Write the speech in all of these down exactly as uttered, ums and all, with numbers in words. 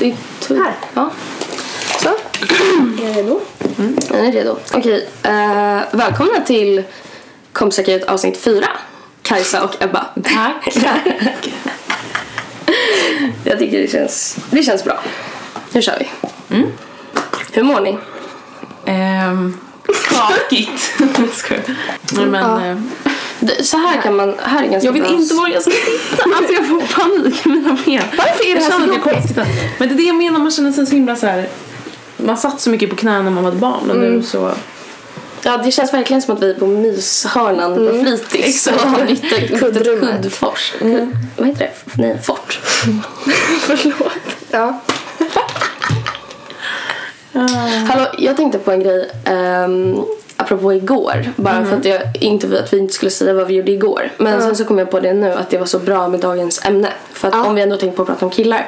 det är tur. Här. Ja. Så. Är jag redo? Mm. Jag är redo. Okej. Uh, välkomna till Kom säkert avsnitt fyra. Kajsa och Ebba. Tack. Jag tycker det känns, det känns bra. Nu kör vi. Mm. Hur mår ni? Um, skakigt. Nej, men... Ja. Uh, Så här kan man, här är ganska jag vet bra. inte var jag ska sitta. Alltså jag får panik i mina ben. Varför är det här så jobbigt? Men det är det jag menar, man känner sig så himla så här. Man satt så mycket på knäna när man var ett barn och mm. nu så. Ja, det känns verkligen som att vi är på myshörnan mm. på fritids. Exakt. Kuddrummet. Kuddfors. Mm. Vad heter det? Nej, fort. Förlåt. Ja. Uh. Hallå, jag tänkte på en grej. Um, apropå igår, bara mm. för att jag inte att vi inte skulle säga vad vi gjorde igår. Men mm. sen så kom jag på det nu att det var så bra med dagens ämne. För att mm. om vi ändå tänkte på att prata om killar.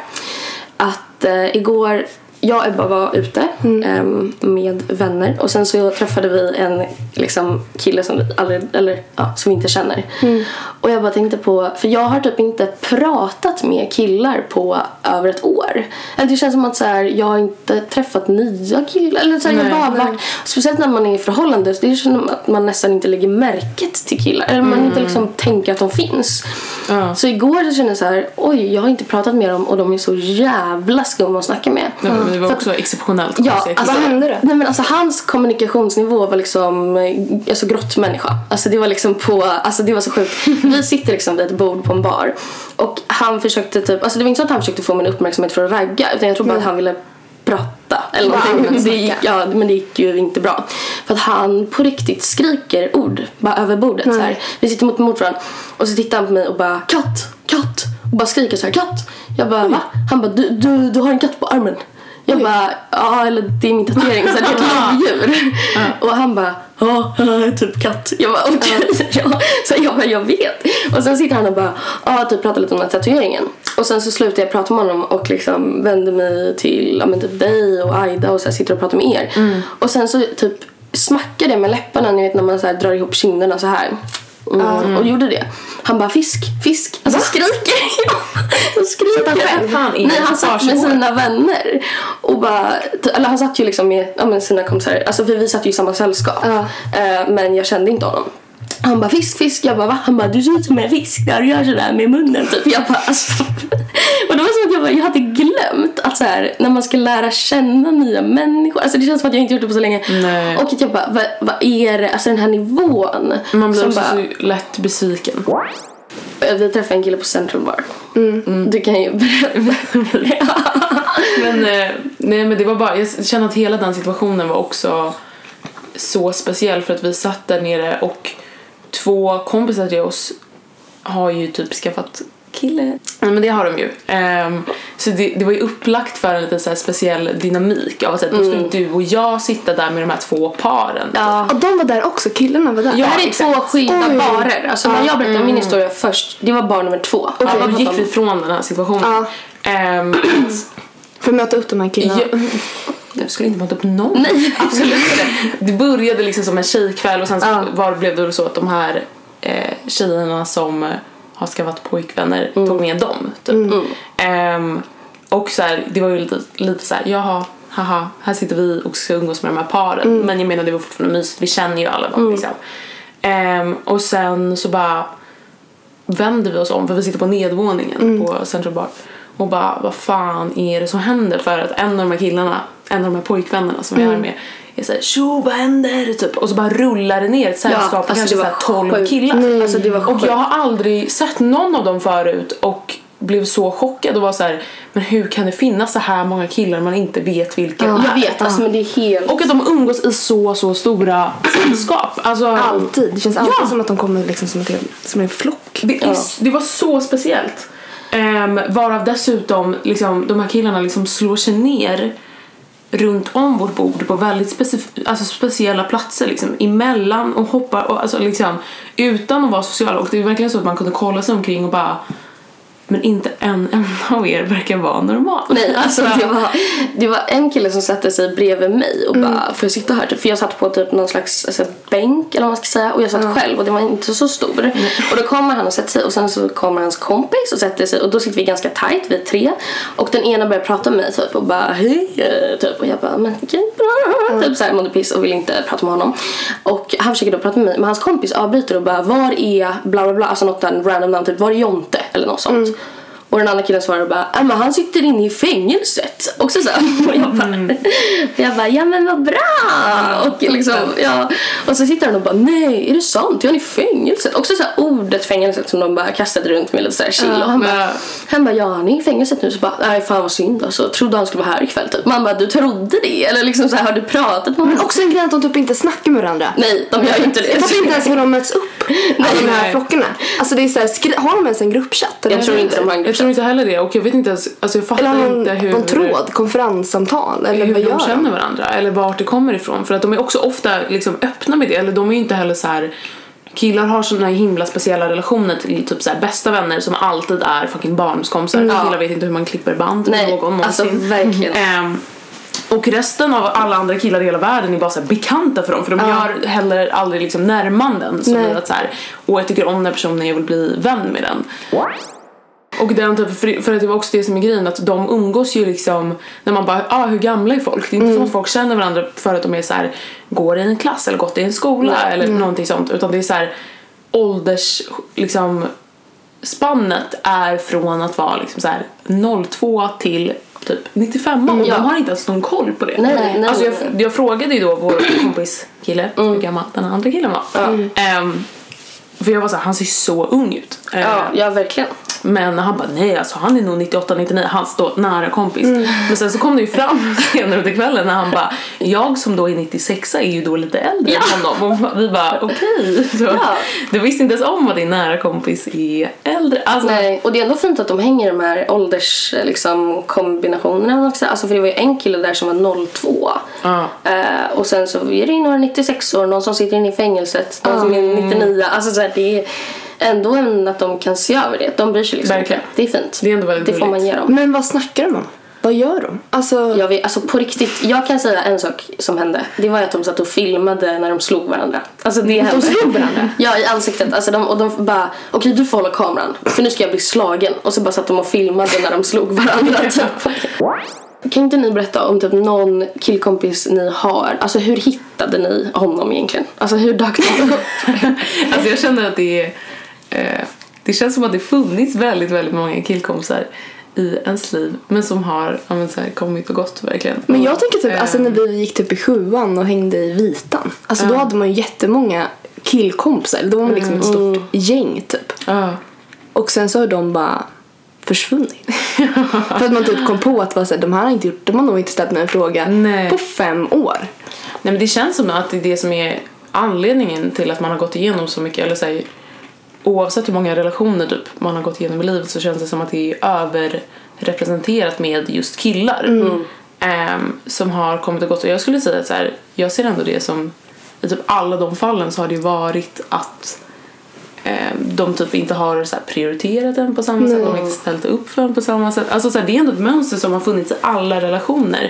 Att uh, igår, jag och Ebba var ute mm. um, med vänner. Och sen så träffade vi en liksom, kille som vi, aldrig, eller, ja, som vi inte känner. Mm. Och jag bara tänkte på, för jag har typ inte pratat med killar på över ett år. Eller det känns som att så här, jag har inte träffat nya killar. Eller så här, nej, jag bara varit, speciellt när man är i förhållande. Det är som att man nästan inte lägger märket till killar. Eller man mm. inte liksom tänker att de finns. Ja. Så igår så kände jag så här, oj, jag har inte pratat med dem och de är så jävla skumma att snacka med. Ja, men det var också att, exceptionellt. Ja, alltså, vad hände då? Nej, men alltså hans kommunikationsnivå var liksom alltså grottmänniska. Alltså det var liksom på, alltså det var så sjukt. Vi sitter liksom vid ett bord på en bar och han försökte typ, alltså det var inte så att han försökte få min uppmärksamhet för att ragga, utan jag tror bara mm. att han ville prata eller någonting. Men det, gick, ja, men det gick ju inte bra. För att han på riktigt skriker ord bara över bordet mm. så här. Vi sitter mot mot varandra och så tittar han på mig och bara katt, katt och bara skriker så här katt. Jag bara, va? Han bara, du, du, du har en katt på armen. Jag bara, ja, eller det är min tatuering så det är ett djur. Och han bara, ja, typ katt. Jag bara, okej. Okay. Ja. Så jag bara, jag vet. Och sen sitter han och bara, ja, typ pratar lite om den här tatueringen. Och sen så slutar jag prata med honom och liksom vänder mig till, ja men typ dig och Aida och så här, sitter och pratar med er. Mm. Och sen så typ smackar det med läpparna, ni vet när man så här drar ihop kinderna så här. Mm. Mm. Och gjorde det. Han bara fisk, fisk. Alltså skriker. Så skriker han. Fan, nej, han satt med sina vänner. Och bara, eller han satt ju liksom med, ja, med sina kompisar. Alltså för vi satt ju i samma sällskap. Uh. Uh, men jag kände inte honom. Han bara fisk, fisk. Jag bara va? Han bara du ser ut som en fisk där och gör sådär med munnen typ. Jag bara alltså. Och det var som att jag, bara, jag hade glömt att så här, när man ska lära känna nya människor. Alltså det känns som att jag inte gjort det på så länge. Nej. Och att jag bara, vad, vad är det? Alltså den här nivån. Man blir som också bara, så lätt besviken. Vi träffade en kille på Central Bar. Mm. Mm. Du kan ju berätta. Men nej, men det var bara, jag känner att hela den situationen var också så speciell för att vi satt där nere och två kompisar till oss har ju typ skaffat kille. Ja, men det har de ju. Um, så det, det var ju upplagt för en lite så här speciell dynamik av att säga, mm. då skulle du och jag sitta där med de här två paren. Ja. Och de var där också, killarna var där. Ja, det här är exakt. Två skilda Oj. barer. Alltså när jag berättade mm. min historia först, det var bar nummer två. Okay. Ja, då gick vi från den här situationen. Ja. Um, för att möta upp de här killarna. Jag, jag skulle inte möta upp någon. Nej, absolut inte. Det började liksom som en tjejkväll och sen så ja. var, blev det så att de här eh, tjejerna som har skaffat pojkvänner mm. tog med dem typ. Mm. Um, och så här, det var ju lite, lite så här, jaha, haha, här sitter vi och ska umgås med de här paren. Mm. Men jag menar det var fortfarande mysigt, vi känner ju alla dem mm. liksom. Um, och sen så bara vänder vi oss om för vi sitter på nedvåningen mm. på Central Bar och bara, vad fan är det som händer? För att en av de här killarna, en av de här pojkvännerna som mm. jag är med är såhär, tjo, vad händer? Typ. Och så bara rullar det ner ett sällskap ja, alltså kanske såhär tolv killar. Nej, alltså det var och jag har aldrig sett någon av dem förut och blev så chockad och var så här, men hur kan det finnas så här många killar man inte vet vilka ja, jag vet, alltså, men det är helt... Och att de umgås i så, så stora sällskap. Alltså, alltid, det känns alltid ja. som att de kommer liksom som, ett, som en flock. Det, är, ja. det var så speciellt. Um, varav dessutom liksom, de här killarna liksom slår sig ner runt om vårt bord på väldigt specif- alltså speciella platser liksom, emellan och hoppar och, alltså, liksom, utan att vara sociala. Och det är verkligen så att man kunde kolla sig omkring och bara men inte en enda av er verkar vara normal. Nej, alltså det var, det var en kille som satte sig bredvid mig och bara, mm. för jag sitta här typ, för jag satt på typ någon slags alltså, bänk eller vad man ska säga, och jag satt mm. själv och det var inte så stor. Mm. Och då kommer han och sätter sig och sen så kommer hans kompis och sätter sig och då sitter vi ganska tight, vi tre, och den ena börjar prata med mig typ och bara hej typ, och jag bara men mm. typ såhär mådde piss och vill inte prata med honom, och han försöker då prata med mig, men hans kompis avbryter och bara var är bla bla bla, alltså något där random namn typ, var är Jonte eller något sånt. Mm. Och den andra killen svarar bara, ja men han sitter inne i fängelset. Och så så och jag bara, mm. och jag bara, ja men vad bra. Och liksom, ja. Och så sitter han och bara, nej, är det sant? Jag är i fängelset. Och så så här, ordet fängelset som de bara kastade runt med lite så här chill. Ja, och han bara, han bara, ja han är i fängelset nu. Så bara, nej fan vad synd alltså. Trodde han skulle vara här ikväll typ. Man bara, du trodde det? Eller liksom så här, har du pratat med honom? Men också en grej att de typ inte snackar med varandra. Nej, de gör ju inte det. Jag fattar inte ens hur de möts upp. Nej, de här flockarna. Alltså det är så här, skri- har de ens en gruppchatt? Jag tror inte de har en gruppchatt. Jag tror inte heller det, och jag vet inte ens, alltså jag fattar eller någon, inte hur någon tråd, konferenssamtal eller hur vad de gör känner de? varandra eller vart det kommer ifrån, för att de är också ofta liksom öppna med det, eller de är ju inte heller så här. Killar har såna himla speciella relationer till typ så här bästa vänner som alltid är fucking barndomskompisar. Mm. Killar vet inte hur man klipper band med någon någonsin. Alltså verkligen. Um, och resten av alla andra killar i hela världen är bara så här bekanta för dem, för de ja. gör heller aldrig liksom närmanden som är att så här, och jag tycker om den personen, jag vill bli vän med den. Och den typ, för, för att det var också det som är grejen, att de umgås ju liksom när man bara, ah, hur gamla är folk? Det är inte mm. som att folk känner varandra för att de är så här, går i en klass eller gått i en skola mm. eller mm. någonting sånt, utan det är så här ålders liksom spannet är från att vara liksom så här noll två till typ nittiofem, mm, och ja. de har inte ens någon koll på det. Nej, nej, nej, alltså jag, jag frågade ju då vår kompis kille mm. hur gammal den andra killen var. Mm. Um, för jag var så här, han ser så ung ut. Ja, uh, ja verkligen. Men han bara, nej alltså han är nog nittioåtta nittionio, han står nära kompis. Mm. Men sen så kom det ju fram senare under kvällen när han bara, jag som då är nittiosex är ju då lite äldre ja. än honom. Och vi bara, okej. Okay. Ja. Du visste inte ens om att din nära kompis är äldre. Alltså, nej, och det är ändå fint att de hänger de här ålders liksom, kombinationerna. Alltså för det var ju en kille där som var noll två. Uh. Uh, och sen så är det ju några nittiosex år, någon som sitter inne i fängelset, någon uh. som är nittionio. Alltså så här, det är ändå en att de kan se över det. De bryr sig liksom. Verkligen. Det är fint. Det är ändå väldigt det får man ge dem. Men vad snackar de om? Vad gör de? Alltså... Jag vet, alltså på riktigt, jag kan säga en sak som hände. Det var att de satt och filmade när de slog varandra. Alltså det hände. De slog varandra? Ja, i ansiktet. Alltså de, och de bara, okej okay, du får hålla kameran, för nu ska jag bli slagen. Och så bara satt de och filmade när de slog varandra typ. Kan inte ni berätta om typ någon killkompis ni har? Alltså hur hittade ni honom egentligen? Alltså hur dök det upp? Alltså jag känner att det är eh, det känns som att det funnits väldigt, väldigt många killkompisar i ens liv, men som har ja, men så här, kommit och gått verkligen. Men jag tänker typ, äh, alltså när vi gick typ i sjuan och hängde i Vitan, alltså äh. då hade man ju jättemånga killkompisar. Då var man liksom mm. ett stort gäng typ. Äh. Och sen så har de bara försvunnit. För att man typ kom på att var så här, de här har inte gjort, de har nog inte ställt mig en fråga Nej. på fem år. Nej, men det känns som att det är det som är anledningen till att man har gått igenom så mycket, eller så här, oavsett hur många relationer typ man har gått igenom i livet, så känns det som att det är överrepresenterat med just killar mm. um, som har kommit och gått. Och jag skulle säga att så här, jag ser ändå det som i typ alla de fallen så har det varit att um, de typ inte har så här prioriterat den på samma mm. sätt, de har inte ställt upp för den på samma sätt. Alltså så här, det är ändå ett mönster som har funnits i alla relationer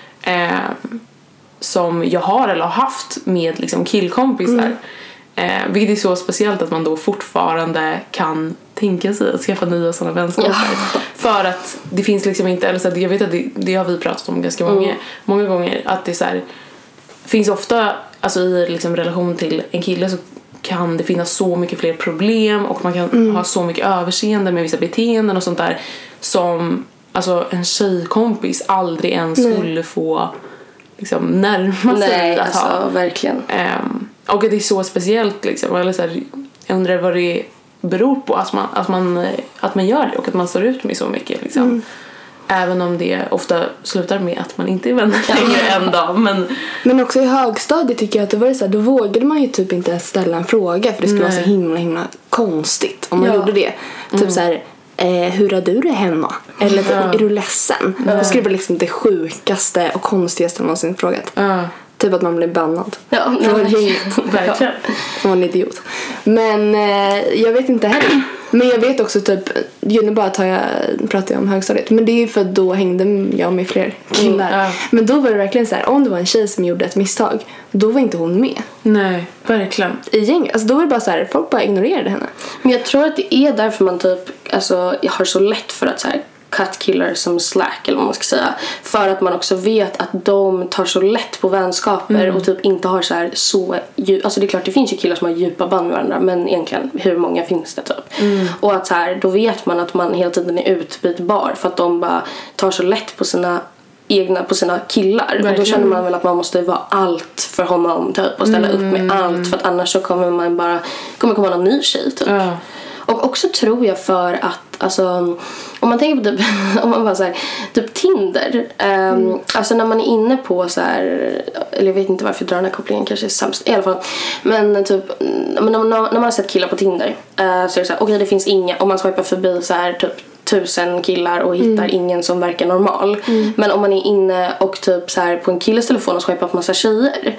um, som jag har eller har haft med liksom killkompisar. Mm. Eh, vilket är så speciellt att man då fortfarande kan tänka sig att skaffa nya sådana vänskaper. Ja. För att det finns liksom inte, eller så här, jag vet att det, det har vi pratat om ganska många, mm. många gånger, att det så här, finns ofta, alltså i liksom relation till en kille så kan det finnas så mycket fler problem och man kan mm. ha så mycket överseende med vissa beteenden och sånt där som alltså en tjejkompis aldrig ens mm. skulle få liksom närma sig Nej, att alltså, ha. verkligen. Um, och det är så speciellt liksom, eller så här, jag undrar vad det beror på att man, att, man, att man gör det och att man står ut med så mycket liksom. Mm. Även om det ofta slutar med att man inte är vänner längre en dag. Men... men också i högstadiet tycker jag att det var så här, då vågade man ju typ inte ställa en fråga för det skulle Nej. vara så himla himla konstigt om man ja. gjorde det. Typ mm. så här, eh, hur har du det hemma? Eller typ, ja. är du ledsen? Ja. Det skulle vara liksom det sjukaste och konstigaste man någonsin frågat. Ja. Typ att man blir bannad. Ja, det var gänget. Verkligen. Man var en idiot. Men eh, jag vet inte heller. Men jag vet också typ, nu bara tar jag, pratar jag om högstadiet, men det är ju för att då hängde jag med fler killar. Mm, ja. Men då var det verkligen så här, om det var en tjej som gjorde ett misstag, då var inte hon med. Nej, verkligen. I gänget. Alltså då var det bara så här, folk bara ignorerade henne. Men jag tror att det är därför man typ, alltså jag har så lätt för att så här cut killers som slack eller vad man ska säga, för att man också vet att de tar så lätt på vänskaper mm. och typ inte har så här så djup, alltså det är klart det finns ju killar som har djupa band med varandra, men egentligen hur många finns det typ mm. och att så här, då vet man att man hela tiden är utbytbar för att de bara tar så lätt på sina egna, på sina killar. Verkligen. Och då känner man väl att man måste vara allt för honom typ och ställa mm. upp med allt, för att annars så kommer man bara kommer komma någon ny tjej typ. Ja. Och också tror jag för att alltså, om man tänker på typ, om man bara så här, typ Tinder um, mm. alltså när man är inne på så här, eller jag vet inte varför jag drar den här kopplingen, kanske är sämst i alla fall, men typ när man, när man har sett killar på Tinder uh, så är det så här, okej okay, det finns inga, om man swipar förbi så här typ tusen killar och hittar mm. ingen som verkar normal. Mm. Men om man är inne och typ så här på en killes telefon och swipar på massa tjejer,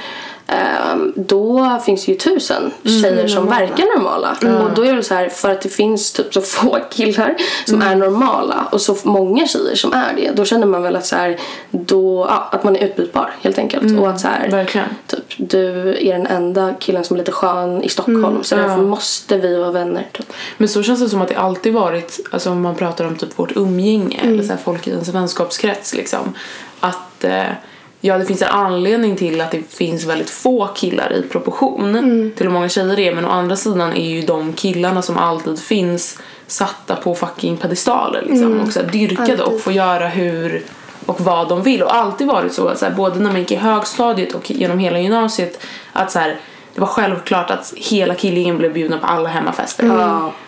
um, då finns det ju tusen tjejer mm, som normala. verkar normala. Mm. Och då är det så här, för att det finns typ så få killar som mm. är normala och så många tjejer som är det, då känner man väl att så här, då, ja, att man är utbytbar helt enkelt. Mm. Och att så här, verkligen. Typ, du är den enda killen som är lite skön i Stockholm, mm. så därför ja. måste vi vara vänner typ. Men så känns det som att det alltid varit, alltså om man pratar om typ vårt umgänge mm. eller så här, folk i ens vänskapskrets liksom, att eh, ja, det finns en anledning till att det finns väldigt få killar i proportion mm. till hur många tjejer det är, men å andra sidan är ju de killarna som alltid finns satta på fucking pedestaler liksom, mm. och så här, dyrkade alltid. Och får göra hur och vad de vill, och alltid varit så, så här, både när man gick i högstadiet och genom hela gymnasiet, att så här, det var självklart att hela killingen blev bjudna på alla hemmafester. Mm.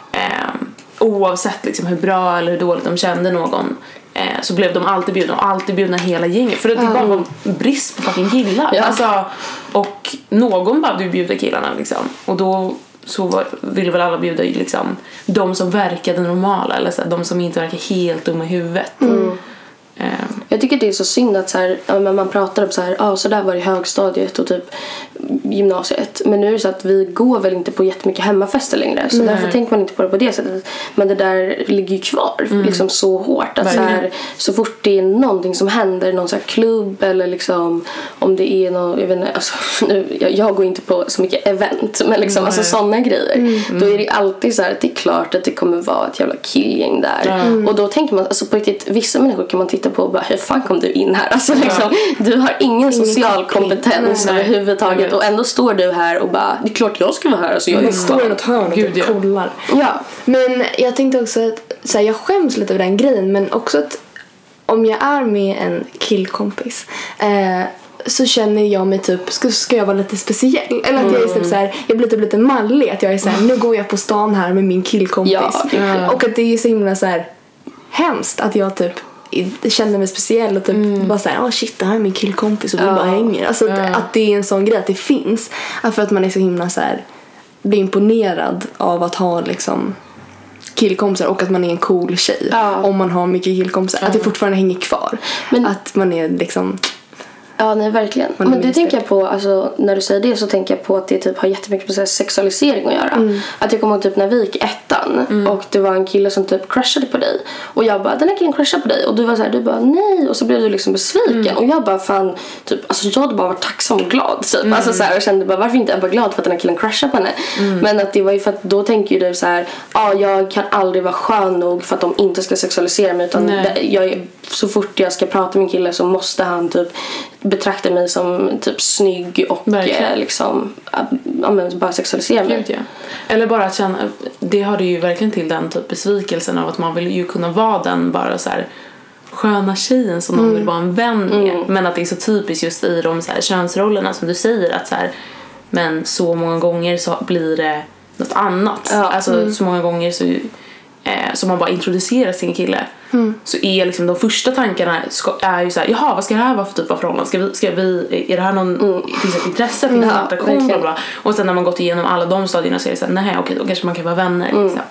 Um, oavsett liksom hur bra eller hur dåligt de kände någon, eh, så blev de alltid bjudna och alltid bjudna hela gänget, för att det mm. bara var brist på fucking killar. Ja. Alltså, och någon behövde ju bjuda killarna liksom, och då så var, ville väl alla bjuda liksom de som verkade normala, eller så här, de som inte verkar helt dumma i huvudet. Mm. Um. Jag tycker det är så synd att så här, man pratar om så här, ah, så där var det i högstadiet och typ gymnasiet, men nu är det så att vi går väl inte på jättemycket hemmafester längre, så Nej. därför tänker man inte på det på det sättet, men det där ligger ju kvar mm. liksom så hårt att så, här, så fort det är någonting som händer, någon så här klubb eller liksom om det är någon, jag vet inte, alltså, nu, jag, jag går inte på så mycket event, men liksom alltså sådana grejer mm. då är det alltid så här att det är klart att det kommer vara ett jävla killgäng där mm. och då tänker man, alltså på riktigt, vissa människor kan man titta på och bara, hur fan kom du in här? Alltså liksom, du har ingen social kompetens överhuvudtaget och ändå står du här och bara, det är klart jag ska vara här, alltså jag är står i något hörn och Gud, ja. kollar. Ja, men jag tänkte också att så här, jag skäms lite över den grejen, men också att om jag är med en killkompis eh, så känner jag mig typ, ska, ska jag vara lite speciell, eller att jag är typ så här, jag blir typ lite mallig, att jag är så här, nu går jag på stan här med min killkompis ja. och att det är så himla så här hemskt att jag typ känner mig speciell och typ mm. bara såhär, åh oh shit, det här är min killkompis och vi ja. bara hänger. Alltså ja. att det är en sån grej att det finns. För att man är så himla så här, blir imponerad av att ha liksom killkompisar och att man är en cool tjej. Ja. Om man har mycket killkompisar. Ja. Att det fortfarande hänger kvar. Men att man är liksom... Ja, nej, verkligen. Men det tänker jag på, alltså, när du säger det så tänker jag på att det typ har jättemycket med så här sexualisering att göra. Mm. Att jag kommer ihåg typ när vi gick ettan mm. och det var en kille som typ crushade på dig. Och jag bara, den här killen crushade på dig. Och du var så här, du bara, nej. Och så blev du liksom besviken. Mm. Och jag bara, fan, typ, alltså jag hade bara varit tacksam och glad. Typ. Mm. Alltså så här, och kände bara, varför inte jag bara glad för att den här killen crushade på henne. Mm. Men att det var ju för att då tänker ju du så här, ja, ah, jag kan aldrig vara skön nog för att de inte ska sexualisera mig. Utan det, jag, så fort jag ska prata med en kille så måste han typ betrakta mig som typ snygg och eh, liksom ja, men bara sexualisera mig. Ja. Eller bara att känna, det har det ju verkligen till den typ besvikelsen av att man vill ju kunna vara den bara så här sköna tjejen som mm. någon vill vara en vän med. Mm. Men att det är så typiskt just i de så här könsrollerna som du säger, att så här, men så många gånger så blir det något annat. Ja. Alltså mm. så många gånger så eh, som man bara introducerar sin kille. Mm. Så är liksom de första tankarna ska, är ju så här, jaha, vad ska det här vara för typ av förhållande? Ska vi, ska vi, är det här någon, mm. finns det ett intresse, finns det en attraktion, bla bla. Och sen när man gått igenom alla de stadierna så är det så här, nej okej, då kanske man kan vara vänner mm. liksom.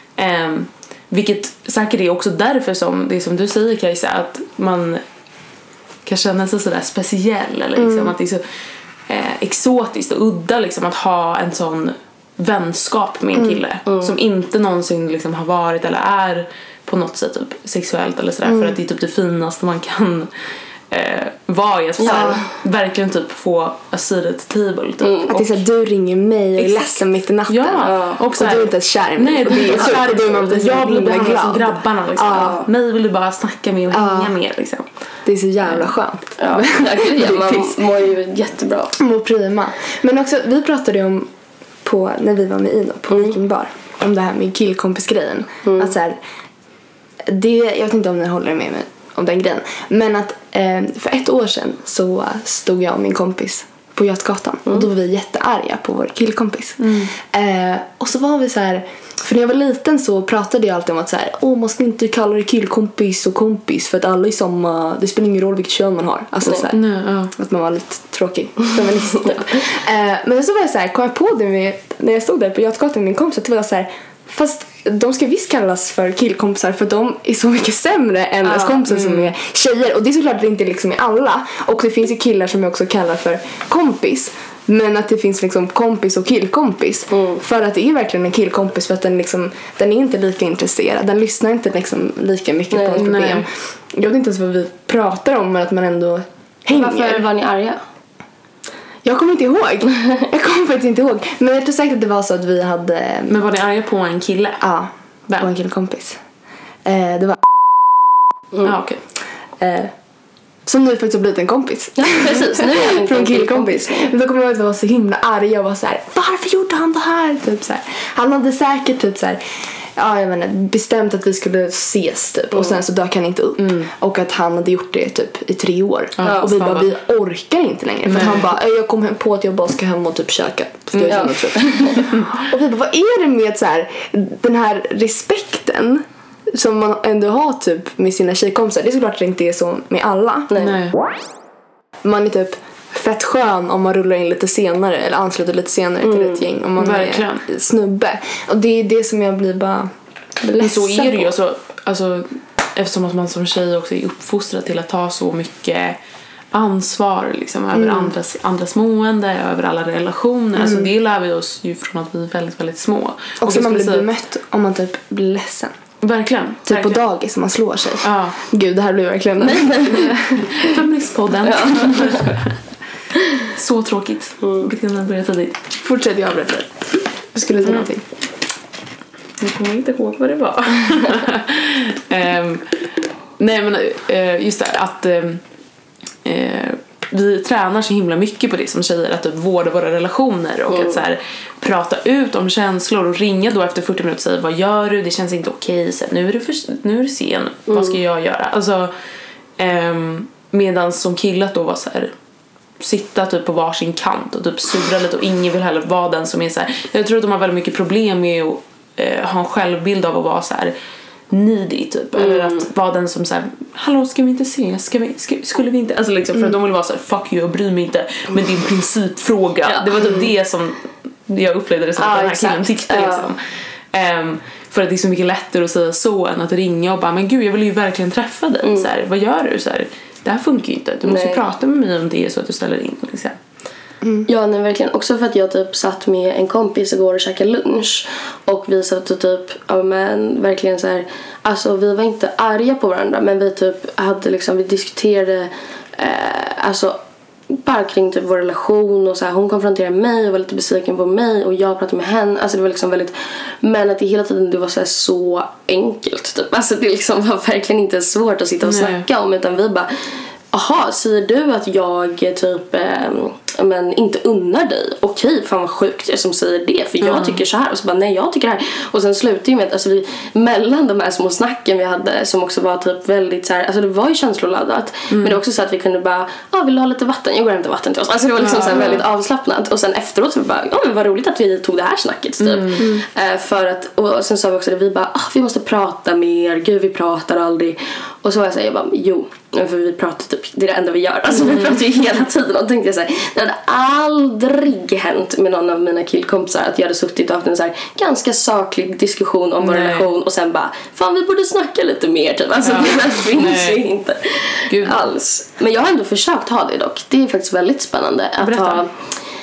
um, Vilket säkert är också därför som det som du säger, Kajsa, att man kan känna sig sådär speciell eller liksom, mm. att det är så eh, exotiskt och udda liksom, att ha en sån vänskap med en kille mm. Mm. som inte någonsin liksom har varit eller är på något sätt typ sexuellt eller sådär mm. för att det är typ det finaste man kan eh, vara i att ja. verkligen typ få a seat at the table typ. Mm. Att det är så att du ringer mig och är ledsen mitt i natten ja. och, så här, och du är inte ett kär nej, och det är kär och du är man jag blir behandlad som grabbarna liksom. ja. mig vill du bara snacka med och hänga ja. med liksom. Det är så jävla skönt ja. ja, man mår ju jättebra mår prima. Men också, vi pratade om på, när vi var med Ino på mm. Viking Bar om det här med killkompisgrejen mm. att så här, det, jag vet inte om ni håller med mig om den grejen, men att eh, för ett år sedan så stod jag och min kompis på Götgatan mm. och då var vi jättearga på vår killkompis mm. eh, och så var vi så här, för när jag var liten så pratade jag alltid om att så här, åh, man ska inte kalla det killkompis och kompis för att alla är samma, det spelar ingen roll vilket kön man har, alltså så här, nej, ja. att man var lite tråkig feminist typ. eh, men så var jag så här, kom jag på det med, när jag stod där på Götgatan med min kompis, att det var så här, fast de ska visst kallas för killkompisar för de är så mycket sämre än ens kompisar mm. som är tjejer. Och det är såklart att det inte liksom är alla. Och det finns ju killar som jag också kallar för kompis. Men att det finns liksom kompis och killkompis. Mm. För att det är verkligen en killkompis. För att den, liksom, den är inte lika intresserad. Den lyssnar inte liksom lika mycket nej, på ett problem. Nej. Jag vet inte ens vad vi pratar om, men att man ändå hänger. Varför var ni arga? Jag kommer inte ihåg. Jag kommer faktiskt inte ihåg. Men jag tror säkert att det var så att vi hade... Men var ni arga på en kille? Ja, vem? På en killkompis. Eh, det var... Mm. Ja, okej. Okay. Eh, som nu faktiskt har blivit en kompis. Ja, precis. Nu är jag från en killkompis. Men då kommer jag ihåg att jag var så himla arg. Jag var så här, varför gjorde han det här? Typ så här. Han hade säkert typ så här... Ja, jag menar, bestämt att vi skulle ses typ. Mm. Och sen så dök han inte upp. Mm. Och att han hade gjort det typ i tre år. Ja, och vi bara, vi orkar inte längre. För nej. han bara, jag kom hem på att jag bara ska hem och typ käka. Ska jag känna, typ. Och vi bara, vad är det med så här, den här respekten som man ändå har typ med sina tjejkompisar? Det är såklart att det inte är så med alla. Nej. Nej. Man är typ fett skön om man rullar in lite senare eller ansluter lite senare mm. till ett gäng om man verkligen. är snubbe. Och det är det som jag blir bara men så är det ju alltså, alltså, eftersom att man som tjej också är uppfostrad till att ta så mycket ansvar liksom, över mm. andras, andras mående, över alla relationer. Mm. Alltså, det lär vi oss ju från att vi är väldigt, väldigt små. Och så man blir bemött om man typ blir ledsen. Verkligen. Typ verkligen. på dagis som man slår sig. Ja. Gud, det här blir verkligen Feministpodden. Ja. Så tråkigt. Mm. Vi kan börja tidigt. Fortsätt, jag avbryter. Du skulle säga mm. någonting. Jag kommer inte ihåg vad det var. um, nej men uh, just det att um, uh, vi tränar så himla mycket på det som tjejer, att typ vårda våra relationer och mm. att så här, prata ut om känslor och ringa då efter fyrtio minuter och säga, vad gör du? Det känns inte okej. Så nu är du för, nu är du sen. Mm. Vad ska jag göra? Alltså um, medan som killat då var så här, sitta typ på varsin kant och typ sura lite och ingen vill heller vara den som är så här. Jag tror att de har väldigt mycket problem med att eh, ha en självbild av att vara så här needy typ mm. eller att vara den som så här, hallå, ska vi inte se, ska vi, ska, skulle vi inte, alltså liksom, för mm. de vill vara så här, fuck you, jag bryr mig inte, men det är en principfråga. Ja. Det var typ det som jag upplevde det som att ah, den här killen tyckte ja. liksom. Um, för att det är så mycket lättare att säga så än att ringa och bara, men gud, jag vill ju verkligen träffa dig. Mm. Så här, vad gör du? Så här, det här funkar ju inte. Du måste ju prata med mig om det så att du ställer in. Liksom. Mm. Ja, nej, verkligen. Också för att jag typ satt med en kompis igår och käkade lunch. Och vi satt och typ, ja men verkligen så här. Alltså vi var inte arga på varandra. Men vi typ hade liksom, vi diskuterade eh, alltså bara kring typ vår relation och så här, hon konfronterade mig och var lite besviken på mig och jag pratade med henne, alltså det var liksom väldigt, men att det hela tiden det var så här, så enkelt typ, alltså det liksom var verkligen inte svårt att sitta och Nej. snacka om, utan vi bara, aha, säger du att jag typ eh, men inte unnar dig? Okej, fan vad sjukt jag som säger det, för jag mm. tycker så här, och så bara, nej jag tycker det här, och sen slutade ju med att alltså, vi, mellan de här små snacken vi hade som också var typ väldigt så här, alltså det var ju känsloladdat, mm. men det var också så att vi kunde bara, ja ah, vill du ha lite vatten? Jag går och hämtar vatten till oss, alltså det var liksom ja, så här väldigt avslappnat, och sen efteråt så vi bara, ja men vad roligt att vi tog det här snacket typ, mm. eh, för att, och sen sa vi också det, vi bara, ah, vi måste prata mer, gud vi pratar aldrig, och så var jag såhär, jag bara, jo för vi pratar typ, det är det enda vi gör, alltså vi pratar ju hela tiden, och tänkte jag så här, det hade aldrig hänt med någon av mina killkompisar att jag hade suttit och haft en så här ganska saklig diskussion om vår Nej. relation och sen bara, fan vi borde snacka lite mer typ, alltså ja. det finns Nej. ju inte Gud. alls, men jag har ändå försökt ha det dock, det är faktiskt väldigt spännande att Berätta. ha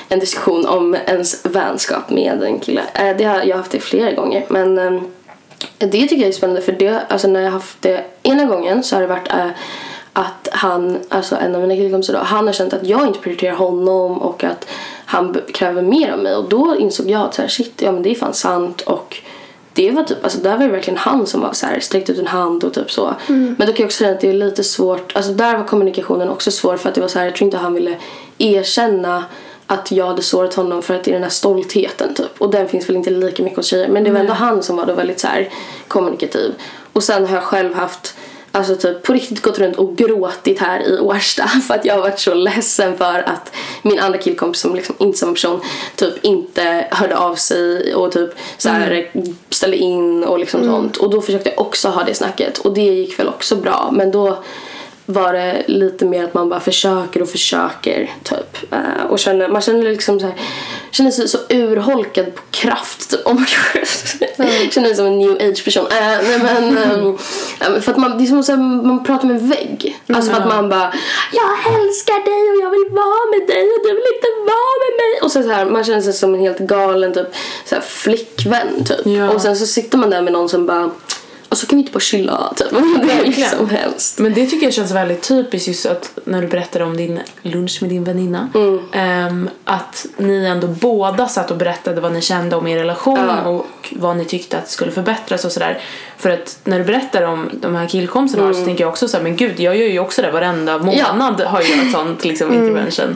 en diskussion om ens vänskap med en kille. Eh, det har jag haft det flera gånger, men eh, det tycker jag är spännande, för det, alltså när jag haft det ena gången så har det varit eh, att han, alltså en av mina killkompisar då, han har känt att jag inte prioriterar honom och att han b- kräver mer av mig, och då insåg jag att så här, shit, ja men det är fan sant, och det var typ, alltså där var det verkligen han som var så här, sträckt ut en hand och typ så. Mm. Men då kan jag också säga att det är lite svårt, alltså där var kommunikationen också svår, för att det var så här, jag tror inte han ville erkänna att jag hade sårat honom, för att det är den här stoltheten typ, och den finns väl inte lika mycket hos tjejer, men det var ändå han som var då väldigt så här kommunikativ. Och sen har jag själv haft, alltså typ på riktigt gått runt och gråtit här i Årsta för att jag har varit så ledsen för att min andra killkompis, som liksom inte samma person, typ inte hörde av sig och typ så här mm. ställde in och liksom mm. sånt, och då försökte jag också ha det snacket, och det gick väl också bra, men då var det lite mer att man bara försöker och försöker typ, uh, och känner, man känner liksom så här, känner sig så urholkad på kraft typ. Oh my God. Mm. Känner sig som en new age person. Uh, nej men um, för att man, det är som att man pratar med en vägg. Mm. Alltså för att man bara, jag älskar dig och jag vill vara med dig och du vill inte vara med mig, och så, så här, man känner sig som en helt galen typ så här flickvän typ. Ja. Och sen så sitter man där med någon som bara, och så kan vi inte bara chilla typ. Det är liksom helst. Men det tycker jag känns väldigt typiskt, just att när du berättar om din lunch med din väninna, mm. um, att ni ändå båda satt och berättade vad ni kände om er relation, uh. och vad ni tyckte att skulle förbättras och sådär. För att när du berättar om de här killkomsterna mm. så tänker jag också så här, men gud, jag gör ju också det varenda månad, ja. Har jag ett sånt liksom intervention.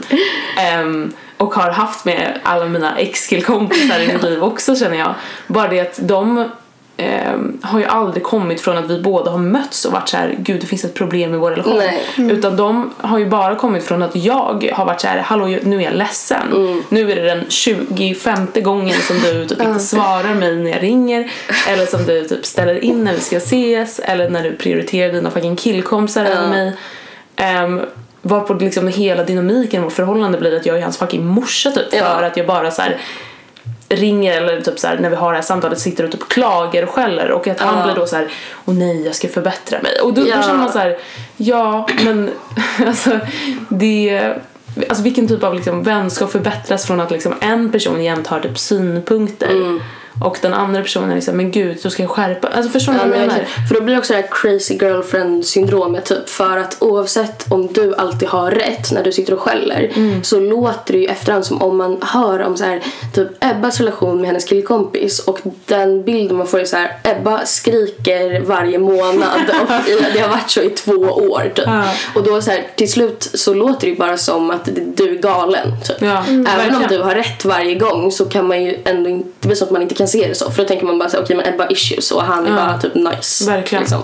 Um, och har haft med alla mina ex-killkompisar i mitt liv också, känner jag. Bara det att de Eh, har ju aldrig kommit från att vi båda har mötts och varit så här, gud det finns ett problem i vår relation. Mm. Utan de har ju bara kommit från att jag har varit så här, hallå nu är jag ledsen. Mm. Nu är det den tjugofemte gången som du typ inte svarar mig när jag ringer, eller som du typ ställer in när vi ska ses, eller när du prioriterar dina fucking killkompisar över mig. Um, varpå liksom hela dynamiken i vårt förhållande blir att jag är hans fucking morsa typ, för ja. Att jag bara så här ringer, eller typ så här, när vi har det här samtalet sitter och typ klagar och skäller, och att han uh. blir då så här, åh nej, jag ska förbättra mig, och då, ja. Då känner man så här, ja men alltså det, alltså vilken typ av liksom vänskap förbättras från att liksom en person jämt har typ synpunkter mm. och den andra personen är liksom, men gud, så ska jag skärpa, alltså förstår ni ja, vad jag menar? För då blir det också det här crazy girlfriend syndromet typ, för att oavsett om du alltid har rätt när du sitter och skäller, mm. så låter det ju efterhand som om man hör om så här typ Ebbas relation med hennes killkompis, och den bilden man får är så här, Ebba skriker varje månad och det har varit så i två år typ. Ja. Och då så här, till slut så låter det ju bara som att du är galen typ. Ja, mm, även verkligen. Om du har rätt varje gång, så kan man ju ändå inte, det blir så att man inte kan se det så, för då tänker man bara så, okej, okay, men Ebba issues och han är ja. Bara typ nice. Verkligen. Liksom.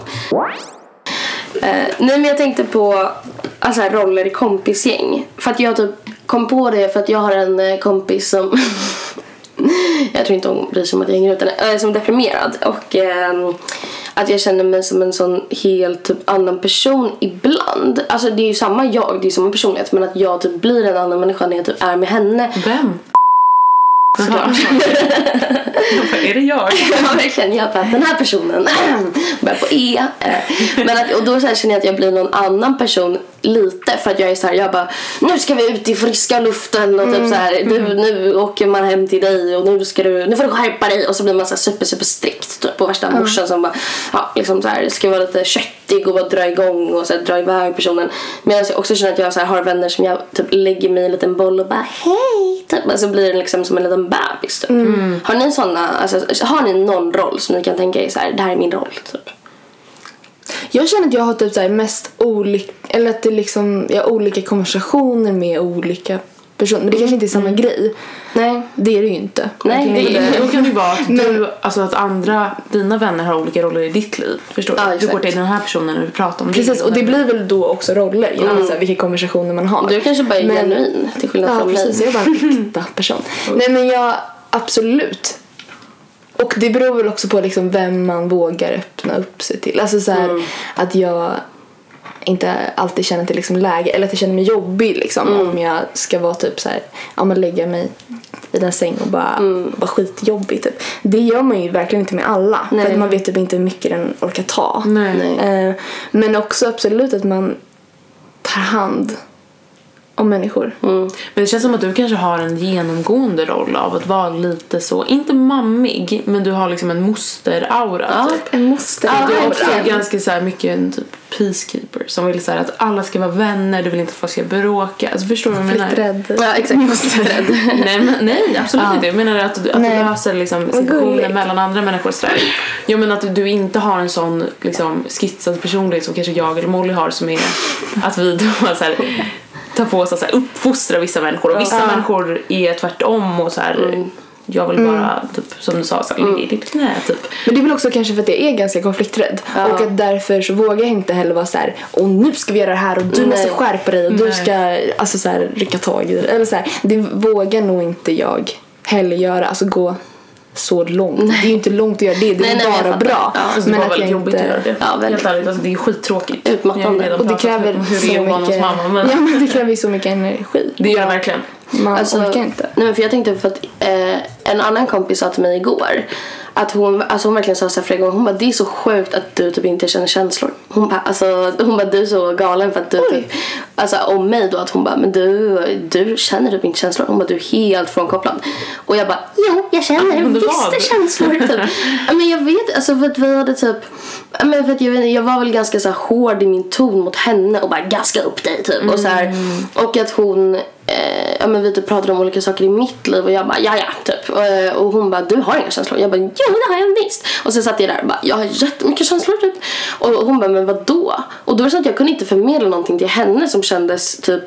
Uh, nej, men jag tänkte på alltså här, roller i kompisgäng, för att jag typ kom på det för att jag har en uh, kompis som jag tror inte hon bryr sig om att jag hänger ut henne, äh, som är deprimerad, och uh, att jag känner mig som en sån helt typ annan person ibland. Alltså det är ju samma jag, det är samma personlighet, men att jag typ blir en annan människa när jag typ är med henne. Vem? Såklart. Är det jag? Ja, verkligen. Jag bara, den här personen börjar på E. Men att, och då så här känner jag att jag blir någon annan person lite, för att jag är så här, jag bara, nu ska vi ut i friska luften och typ så här, du, nu åker man hem till dig och nu ska du, nu får du skärpa dig, och så blir man så här super super strikt typ, på värsta mm. morsan som bara, ja, liksom så här, ska vara lite köttig och bara dra igång och så här, dra iväg personen. Men jag också känner att jag så här, har vänner som jag typ lägger mig i en liten boll och bara hej typ, men så blir det liksom som en liten bebis typ. Mm. Har ni såna, alltså, har ni någon roll som ni kan tänka er så här, det här är min roll typ? Jag känner att jag har typ så här mest olika, eller att det liksom, jag har olika konversationer med olika personer, men det kanske inte är samma mm. grej. Nej, det är det ju inte. Nej, det är, då kan det vara att du, alltså att andra, dina vänner har olika roller i ditt liv. Förstår du? Ja, du går till den här personen och du pratar om det. Precis, och det blir väl då också roller genom mm. så här, vilka konversationer man har. Du kanske bara är men, genuin till skillnad ja, från mig. Ja, precis, jag är bara en äkta person. Mm. Nej, men jag, absolut. Och det beror väl också på liksom vem man vågar öppna upp sig till. Alltså så här, mm. att jag inte alltid känner till liksom läge, eller att jag känner mig jobbig liksom, mm. om jag ska vara typ så här, ja, men lägga mig i den säng och bara, mm. bara skitjobbig typ. Det gör man ju verkligen inte med alla. Nej. För att man vet typ inte hur mycket den orkar ta. Nej. Eh, men också absolut att man tar hand om människor. Mm. Men det känns som att du kanske har en genomgående roll av att vara lite så, inte mammig, men du har liksom en mosteraura. Ja, typ. en moster. Ja, du är också verkligen. ganska så här mycket en typ peacekeeper som vill så här att alla ska vara vänner, du vill inte att folk ska bråka. Alltså förstår du vad jag menar? Rädd. Ja, exakt. Mosträdd. nej, men, nej, absolut Ja. inte. Jag menar att du, att du Nej. löser liksom Vad situationer gulligt. mellan andra människor. Så där. Jag menar att du inte har en sån liksom, skitsad personlighet som kanske jag eller Molly har, som är att vi då så här, tar på oss att så här, uppfostra vissa människor. Och vissa Ja. människor är tvärtom och så här, Mm. jag vill bara, typ, som du sa, så här, ligga i ditt knä, typ. Men det är väl också kanske för att jag är ganska konflikträdd. Ja. Och att därför så vågar jag inte heller vara så här: och nu ska vi göra det här och du Nej. måste skärpa dig och du Nej. ska alltså så här, rycka tag i det. Eller så här, det vågar nog inte jag heller göra. Alltså gå så långt. Det är ju inte långt att göra det. Det Nej, är nej, jag bara fattar. bra. Ja, Alltså, det var väldigt jobbigt att göra det. Ja, väldigt. Helt ärligt, alltså, det är skittråkigt. Utmattande. Jag har redan Och det pratat kräver om hur så det är att vara hos mycket, mamma, men ja, men det kräver ju så mycket energi. det gör det verkligen. Man Alltså, orkar inte. Nej, men för jag tänkte för att eh, en annan kompis sa till mig igår att hon, alltså hon verkligen sa så här flera gånger, hon bara, det är så sjukt att du typ inte känner känslor. Hon bara, alltså, hon bara, du är så galen för att du typ, alltså om mig då, att hon bara, men du, du känner typ inte känslor. Hon bara, du är helt frånkopplad. Och jag bara, jo, jag känner Ja, men det var visst det. känslor typ. Ja, men jag vet, alltså för att vi hade typ, ja, men för att jag, vet, jag var väl ganska så här hård i min ton mot henne och bara gaska upp dig typ. Och så här, och att hon eh, ja, men vi typ pratade om olika saker i mitt liv och jag bara, ja ja typ. Och, eh, och hon bara, du har inga känslor. Jag bara, jo det har jag visst. Och så satt jag där och bara, jag har jättemycket känslor typ. Och hon bara, men vad då? Och då var det så att jag kunde inte förmedla någonting till henne som kändes typ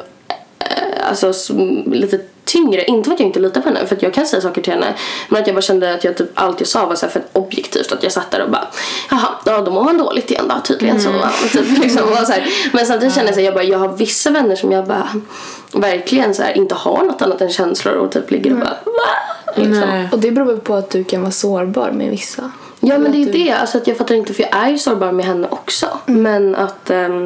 eh, alltså s- lite tyngre. Inte för att jag inte litar på henne, för att jag kan säga saker till henne, men att jag bara kände att jag typ allt jag sa var så här för objektivt, att jag satt där och bara, jaha, ja, då mår man dåligt igen då tydligen. Mm. Så, och typ, liksom, och så här. Men samtidigt kände jag så här, jag bara, jag har vissa vänner som jag bara verkligen så här, inte har något annat än känslor och typ ligger och bara, va? Liksom. Nej. Och det beror på att du kan vara sårbar med vissa. Ja, men det är Att du- det, alltså att jag fattar inte, för jag är ju sårbar med henne också, men att ehm,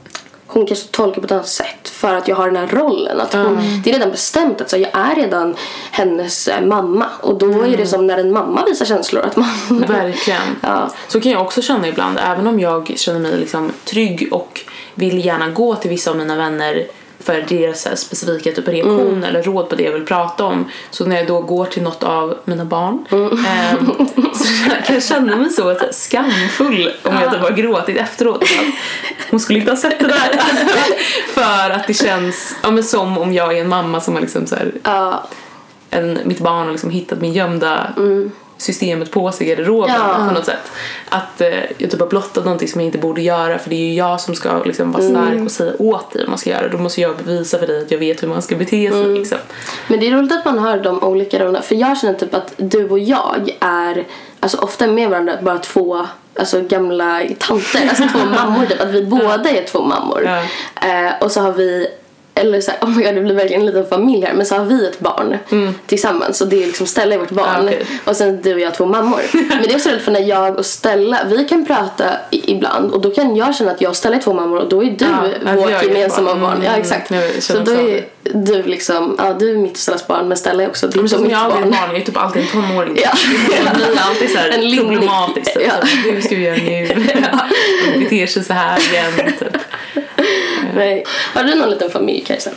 hon kanske tolkar på ett annat sätt för att jag har den här rollen att hon, det är redan bestämt att så jag är redan hennes eh, mamma, och då är det som när en mamma visar känslor att man Verkligen. Ja. Så kan jag också känna ibland, även om jag känner mig liksom trygg och vill gärna gå till vissa av mina vänner för deras så här specifika typ reaktion mm. eller råd på det jag vill prata om. Så när jag då går till något av mina barn mm. ähm, så kan jag känna mig så, så här, skamfull om jag typ har gråtit efteråt. Att hon skulle inte ha sett det där. För att det känns ja, men som om jag är en mamma som har liksom så här, Ja. en, mitt barn har liksom hittat min gömda mm. systemet på sig i garderoben Ja. på något sätt. Att eh, jag typ har blottat någonting som jag inte borde göra, för det är ju jag som ska liksom vara stark mm. och säga åt dig vad man ska göra. Då måste jag bevisa för dig att jag vet hur man ska bete sig mm. liksom. Men det är roligt att man hör de olika rollerna, för jag känner typ att du och jag är alltså ofta med varandra bara två alltså gamla tanter, alltså två mammor typ, att vi båda är två mammor. Ja. Eh, och så har vi, eller så här, oh my God, det blir verkligen en liten familj här, men så har vi ett barn mm. tillsammans, och det är liksom Stella är vårt barn. Ja, okay. Och sen du och jag två mammor. Men det är också roligt, för när jag och Stella, vi kan prata i, ibland, och då kan jag känna att jag och Stella är två mammor, och då är du ja, vårt gemensamma barn. barn. Ja, exakt. Mm, så då är du liksom, ja, du är mitt och Stellas barn, men Stella är också ditt och mitt jag barn. barn. Jag är typ alltid en tonåring. Ja. Det blir alltid så här En problematiskt. Ja. Så, hur ska vi göra nu? Ja. Beter sig så här igen typ. Nej. Har du någon liten familj, Kajsa?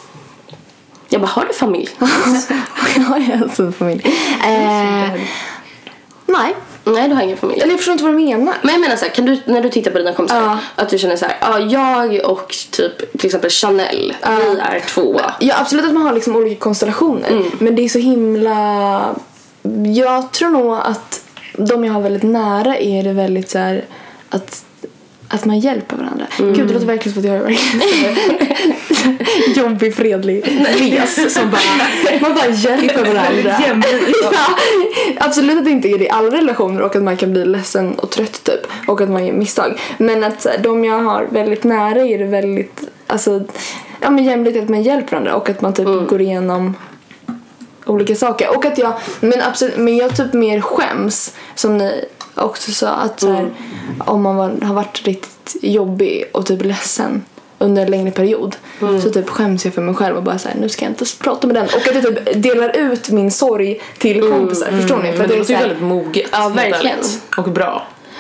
Jag bara, har du familj? Ja, jag har en familj. Eh, nej. Nej, du har ingen familj. Eller jag förstår inte vad du menar. Men jag menar så här, kan du, när du tittar på dina kompisar, Ja. att du känner så här, ja, jag och typ till exempel Chanel, Ja. vi är två. Ja, absolut att man har liksom olika konstellationer. Mm. Men det är så himla... Jag tror nog att de jag har väldigt nära är det väldigt så här att, att man hjälper varandra. Mm. Gud, det låter verkligen som att jag är verkligen jobbig, fredlig res som bara, man bara hjälper varandra. Ja, absolut att det inte är det i alla relationer, och att man kan bli ledsen och trött typ, och att man gör misstag. Men att så här, de jag har väldigt nära är det väldigt, alltså, ja, men jämlikt att man hjälper varandra, och att man typ mm. går igenom olika saker. Och att jag, men absolut, men jag typ mer skäms, som ni också sa, att så här, mm. om man var, har varit riktigt jobbig och typ ledsen under en längre period, mm. så typ skäms jag för mig själv och bara så här, nu ska jag inte prata med den, och att jag typ delar ut min sorg till kompisar. Mm. Förstår ni? För men det det är låter så ju här, väldigt moget. Ja, verkligen. Och bra.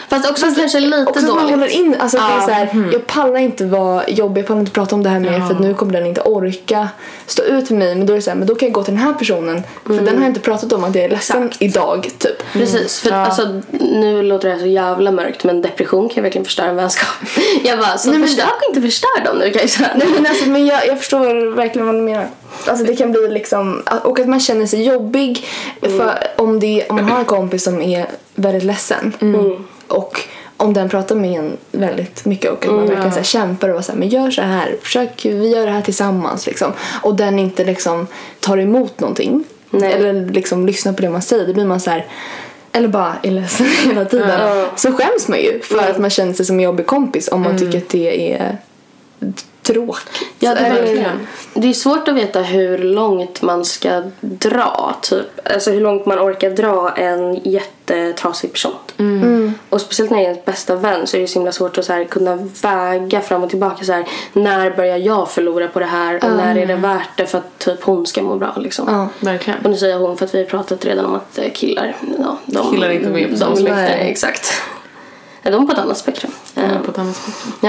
Fast också Fast kanske lite också dåligt. Man håller in, alltså ja. det är så här, mm. jag pallar inte vara jobbig, jag pallar inte prata om det här mer ja. för att nu kommer den inte orka stå ut med mig. Men då är det så här, men då kan jag gå till den här personen för mm. den har jag inte pratat om att jag är ledsen Exakt. idag typ. Mm. Precis, för ja. alltså, nu låter det här så jävla mörkt, men depression kan verkligen förstöra en vänskap. Jag bara, så Nej, förstör men... inte förstör dem nu kan jag säga. Nej men alltså, men jag, jag förstår verkligen vad du menar. Alltså det kan bli liksom, och att man känner sig jobbig mm. för om, det, om man har en kompis som är väldigt ledsen mm. och om den pratar med en väldigt mycket och att man mm, verkligen så här, kämpar och så här, men gör så här, försök, vi gör det här tillsammans liksom. Och den inte liksom tar emot någonting Nej. eller liksom lyssnar på det man säger, det blir man så här, eller bara är ledsen hela tiden mm. så skäms man ju för mm. att man känner sig som en jobbig kompis om man mm. tycker att det är tråkigt. Ja, det, är, det är svårt att veta hur långt man ska dra typ. Alltså hur långt man orkar dra en jättetrasig person. Mm. Mm. Och speciellt när det är ens bästa vän så är det så himla svårt att så här, kunna väga fram och tillbaka så här, när börjar jag förlora på det här och mm. när är det värt det för att typ hon ska må bra liksom. Ja, verkligen. Och nu säger hon för att vi har pratat redan om att killar ja, de, killar inte med på de spektrum. Exakt. Är de på ett annat spektrum? De är på ett annat spektrum. Ja.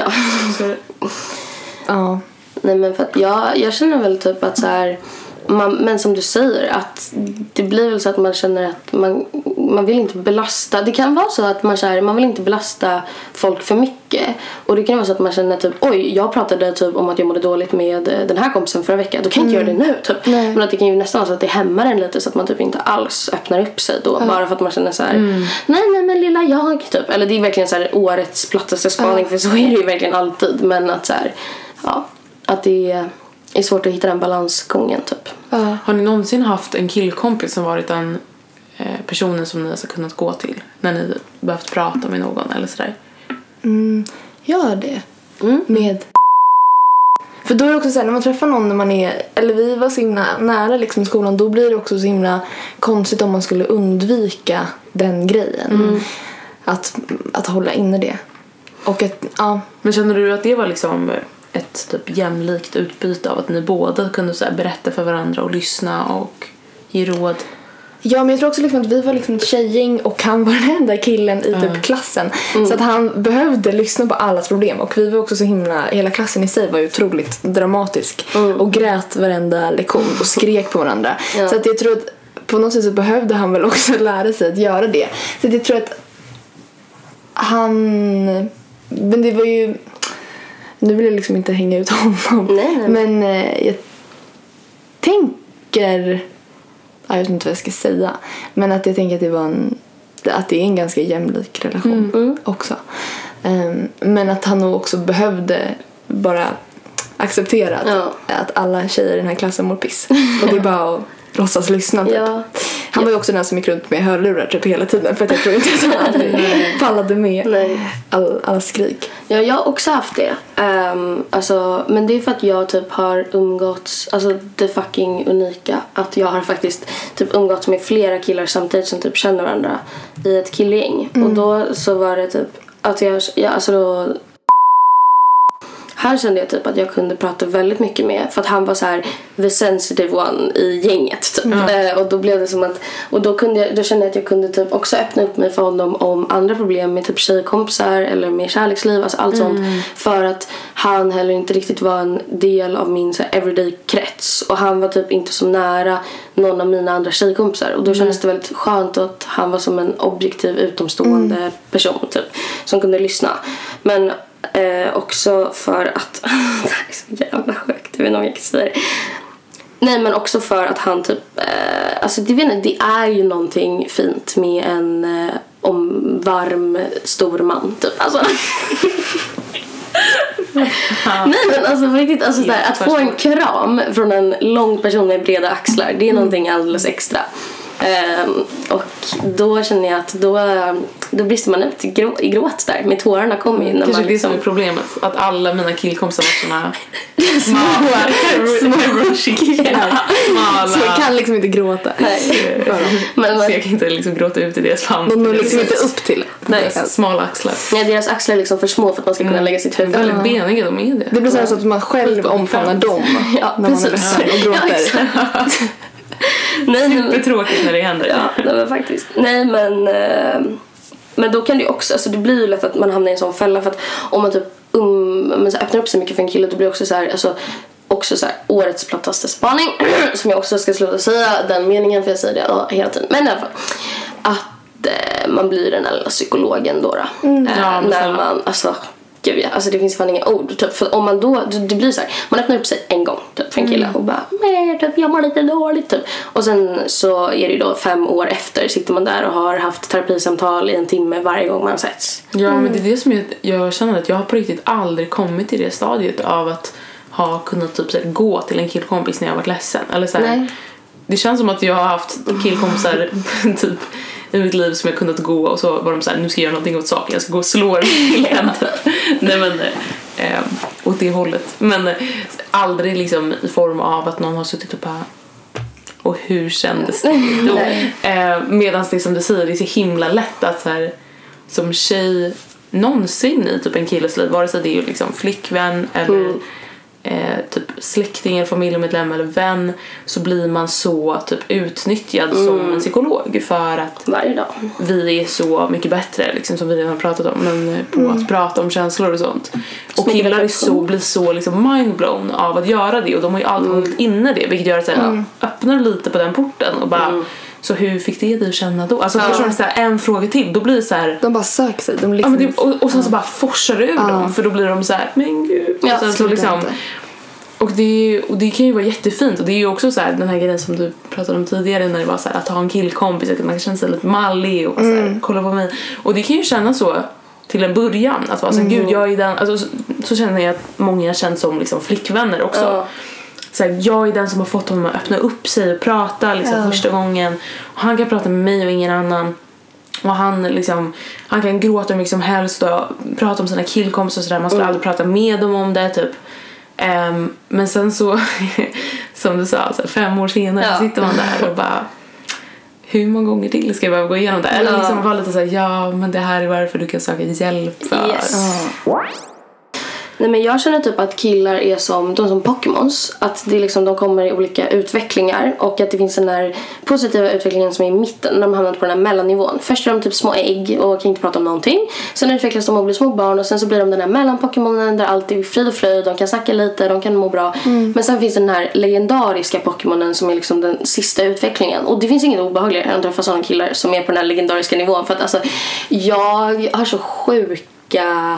Ja. Nej men för att jag, jag känner väl typ att så här, man, men som du säger att det blir väl så att man känner att man, man vill inte belasta. Det kan vara så att man, så här, man vill inte belasta folk för mycket. Och det kan vara så att man känner typ oj, jag pratade typ om att jag mådde dåligt med den här kompisen förra veckan. Då kan jag inte mm. göra det nu typ. Men att det kan ju nästan vara så att det hämmar en lite så att man typ inte alls öppnar upp sig då. Mm. Bara för att man känner så här mm. nej nej men lilla jag typ. Eller det är verkligen så här årets plattaste spaning mm. för så är det ju verkligen alltid. Men att så här, ja, att det är svårt att hitta den balansgången typ. Uh. Har ni någonsin haft en killkompis som varit den eh, personen som ni har kunnat gå till när ni behövt prata med någon eller sådär? Mm, gör det. Mm. Med för då är det också så här, när man träffar någon när man är, eller vi var så himla nära liksom i skolan, då blir det också så himla konstigt om man skulle undvika den grejen. Mm. Att, att hålla inne det. Och att, ja. Men känner du att det var liksom ett typ jämlikt utbyte av att ni båda kunde så här berätta för varandra och lyssna och ge råd? Ja, men jag tror också liksom att vi var liksom ett tjejgäng och han var den enda killen i typ mm. klassen. Mm. Så att han behövde lyssna på allas problem. Och vi var också så himla, hela klassen i sig var ju otroligt dramatisk. Mm. Och grät varenda lektion och skrek på varandra. Ja. Så att jag tror att på något sätt så behövde han väl också lära sig att göra det. Så att jag tror att han, men det var ju, nu vill jag liksom inte hänga ut honom. Nej, nej. Men eh, jag tänker, jag vet inte vad jag ska säga, men att jag tänker att det var en, att det är en ganska jämlik relation mm. också. Um, men att han nog också behövde bara acceptera att, ja. att alla tjejer i den här klassen mår piss. Och det är bara att låtsas lyssna typ. Ja. Han var ju också den som gick runt med hörlurar typ hela tiden, för att jag tror inte att han pallade med all, alla skrik. Ja, jag har också haft det. Um, alltså, men det är för att jag typ har umgåtts, alltså det fucking unika, att jag har faktiskt typ umgåtts med flera killar samtidigt som typ känner varandra i ett killgäng. Mm. Och då så var det typ att jag, ja, alltså då här kände jag typ att jag kunde prata väldigt mycket med, för att han var så här the sensitive one i gänget typ. Mm. Eh, och då blev det som att, och då kunde jag, då kände jag att jag kunde typ också öppna upp mig för honom om andra problem med typ tjejkompisar eller med kärleksliv, alltså allt mm. sånt, för att han heller inte riktigt var en del av min så här everyday krets, och han var typ inte så nära någon av mina andra tjejkompisar, och då kändes det väldigt skönt att han var som en objektiv utomstående mm. person typ, som kunde lyssna. Men Eh, också för att det här är så jävla sjukt, jag vet inte om jag kan säga det. Nej, men också för att han typ eh, alltså det, vet inte, det är ju någonting fint med en eh, om varm stor man typ, alltså. Nej, men alltså på riktigt, alltså där, att få en kram från en lång person med breda axlar, det är mm. någonting alldeles extra. Um, och då känner jag att då, då brister man ut i, grå, i gråt där, med tårarna kommer ju när kanske man det liksom... är problemet, att alla mina killkompisar var såna smala smala, så jag kan liksom inte gråta. Nej. Men, så jag kan inte liksom gråta ut i deras famn. De når liksom inte upp till. Nej, smala axlar. Nej, deras axlar är liksom för små för att man ska kunna lägga sitt huvud. Väldigt beniga, de är det. Det blir så, här så att man själv omfamnar dem. Ja, när man är ledsen och gråter. Ja, nej, supertråkigt när det händer. Ja, nej, men faktiskt. Nej, men äh, men då kan det ju också, alltså det blir ju lätt att man hamnar i en sån fälla, för att om man typ um, men så öppnar upp sig mycket för en kille, då blir det också så här, alltså också så här, årets plattaste spaning som jag också ska sluta säga den meningen, för jag säger det hela tiden, men i alla fall att eh, man blir den här psykologen då, då mm. eh, ja, när man, alltså gud ja, alltså det finns fan inga ord typ, för om man då, det blir så här, man öppnar upp sig en gång typ för en kille mm. och bara, nej typ, jag mår lite dåligt typ, och sen så är det ju då fem år efter sitter man där och har haft terapisamtal i en timme varje gång man sätts. Ja mm. men det är det som jag, jag känner att jag har på riktigt aldrig kommit till det stadiet av att ha kunnat typ så här, gå till en killkompis när jag har varit ledsen eller så här, det känns som att jag har haft killkompisar typ i mitt liv som jag kunnat gå och så var de så här, nu ska jag göra någonting åt saken, jag ska gå och slå igen typ. Nej men eh, åt det hållet, men eh, aldrig liksom i form av att någon har suttit och bara, och hur kändes det då? eh, medan det som du säger, det är så himla lätt att så här, som tjej någonsin i typ en killes liv, vare sig det är ju liksom flickvän eller mm. Eh, typ släkting eller familjemedlem eller vän, så blir man så typ utnyttjad mm. som en psykolog för att varje dag vi är så mycket bättre liksom, som vi redan har pratat om, men på mm. att prata om känslor och sånt, och killar är så, blir så liksom mindblown av att göra det, och de har ju aldrig mm. hållit inne det, vilket gör att såhär, mm. öppnar lite på den porten och bara mm. så hur fick det dig att känna då? Alltså ja. förstår du, så här, en fråga till, då blir det så här, de bara söker sig, de liksom, ja, men det, och, och sen så bara forsar ur ja. dem, för då blir de så här, men gud, ja, och, sen, så liksom, och, det, och det kan ju vara jättefint, och det är ju också så här, den här grejen som du pratade om tidigare när det var så här, att ha en killkompis, att man kan känna sig lite mallig och mm. så här, kolla på mig, och det kan ju kännas så till en början, att vara så här, mm. gud jag är den, alltså, så, så känner jag att många känns som liksom flickvänner också. Ja. Så här, jag är den som har fått honom att öppna upp sig och prata liksom, ja. första gången. Och han kan prata med mig och ingen annan. Och han, liksom, han kan gråta hur mycket som helst och prata om sina killkompisar och sådär. Man skulle mm. aldrig prata med dem om det typ. Um, men sen så, som du sa, så här, fem år senare ja. sitter man där och bara, hur många gånger till ska jag behöva gå igenom det? Eller ja. liksom vara lite så här, ja men det här är varför du kan söka hjälp för. Yes. Ja. Nej, men jag känner typ att killar är som de som Pokémons, att det är liksom, de kommer i olika utvecklingar, och att det finns den där positiva utvecklingen som är i mitten när de hamnar på den här mellannivån. Först är de typ små ägg och kan inte prata om någonting, sen utvecklas de och blir små barn, och sen så blir de den här mellan-Pokémonen där allt är frid och fröjd, de kan snacka lite, de kan må bra. Mm. Men sen finns den här legendariska Pokémonen som är liksom den sista utvecklingen, och det finns inget obehagligare än att träffa sådana killar som är på den här legendariska nivån, för att alltså, jag har så sjuka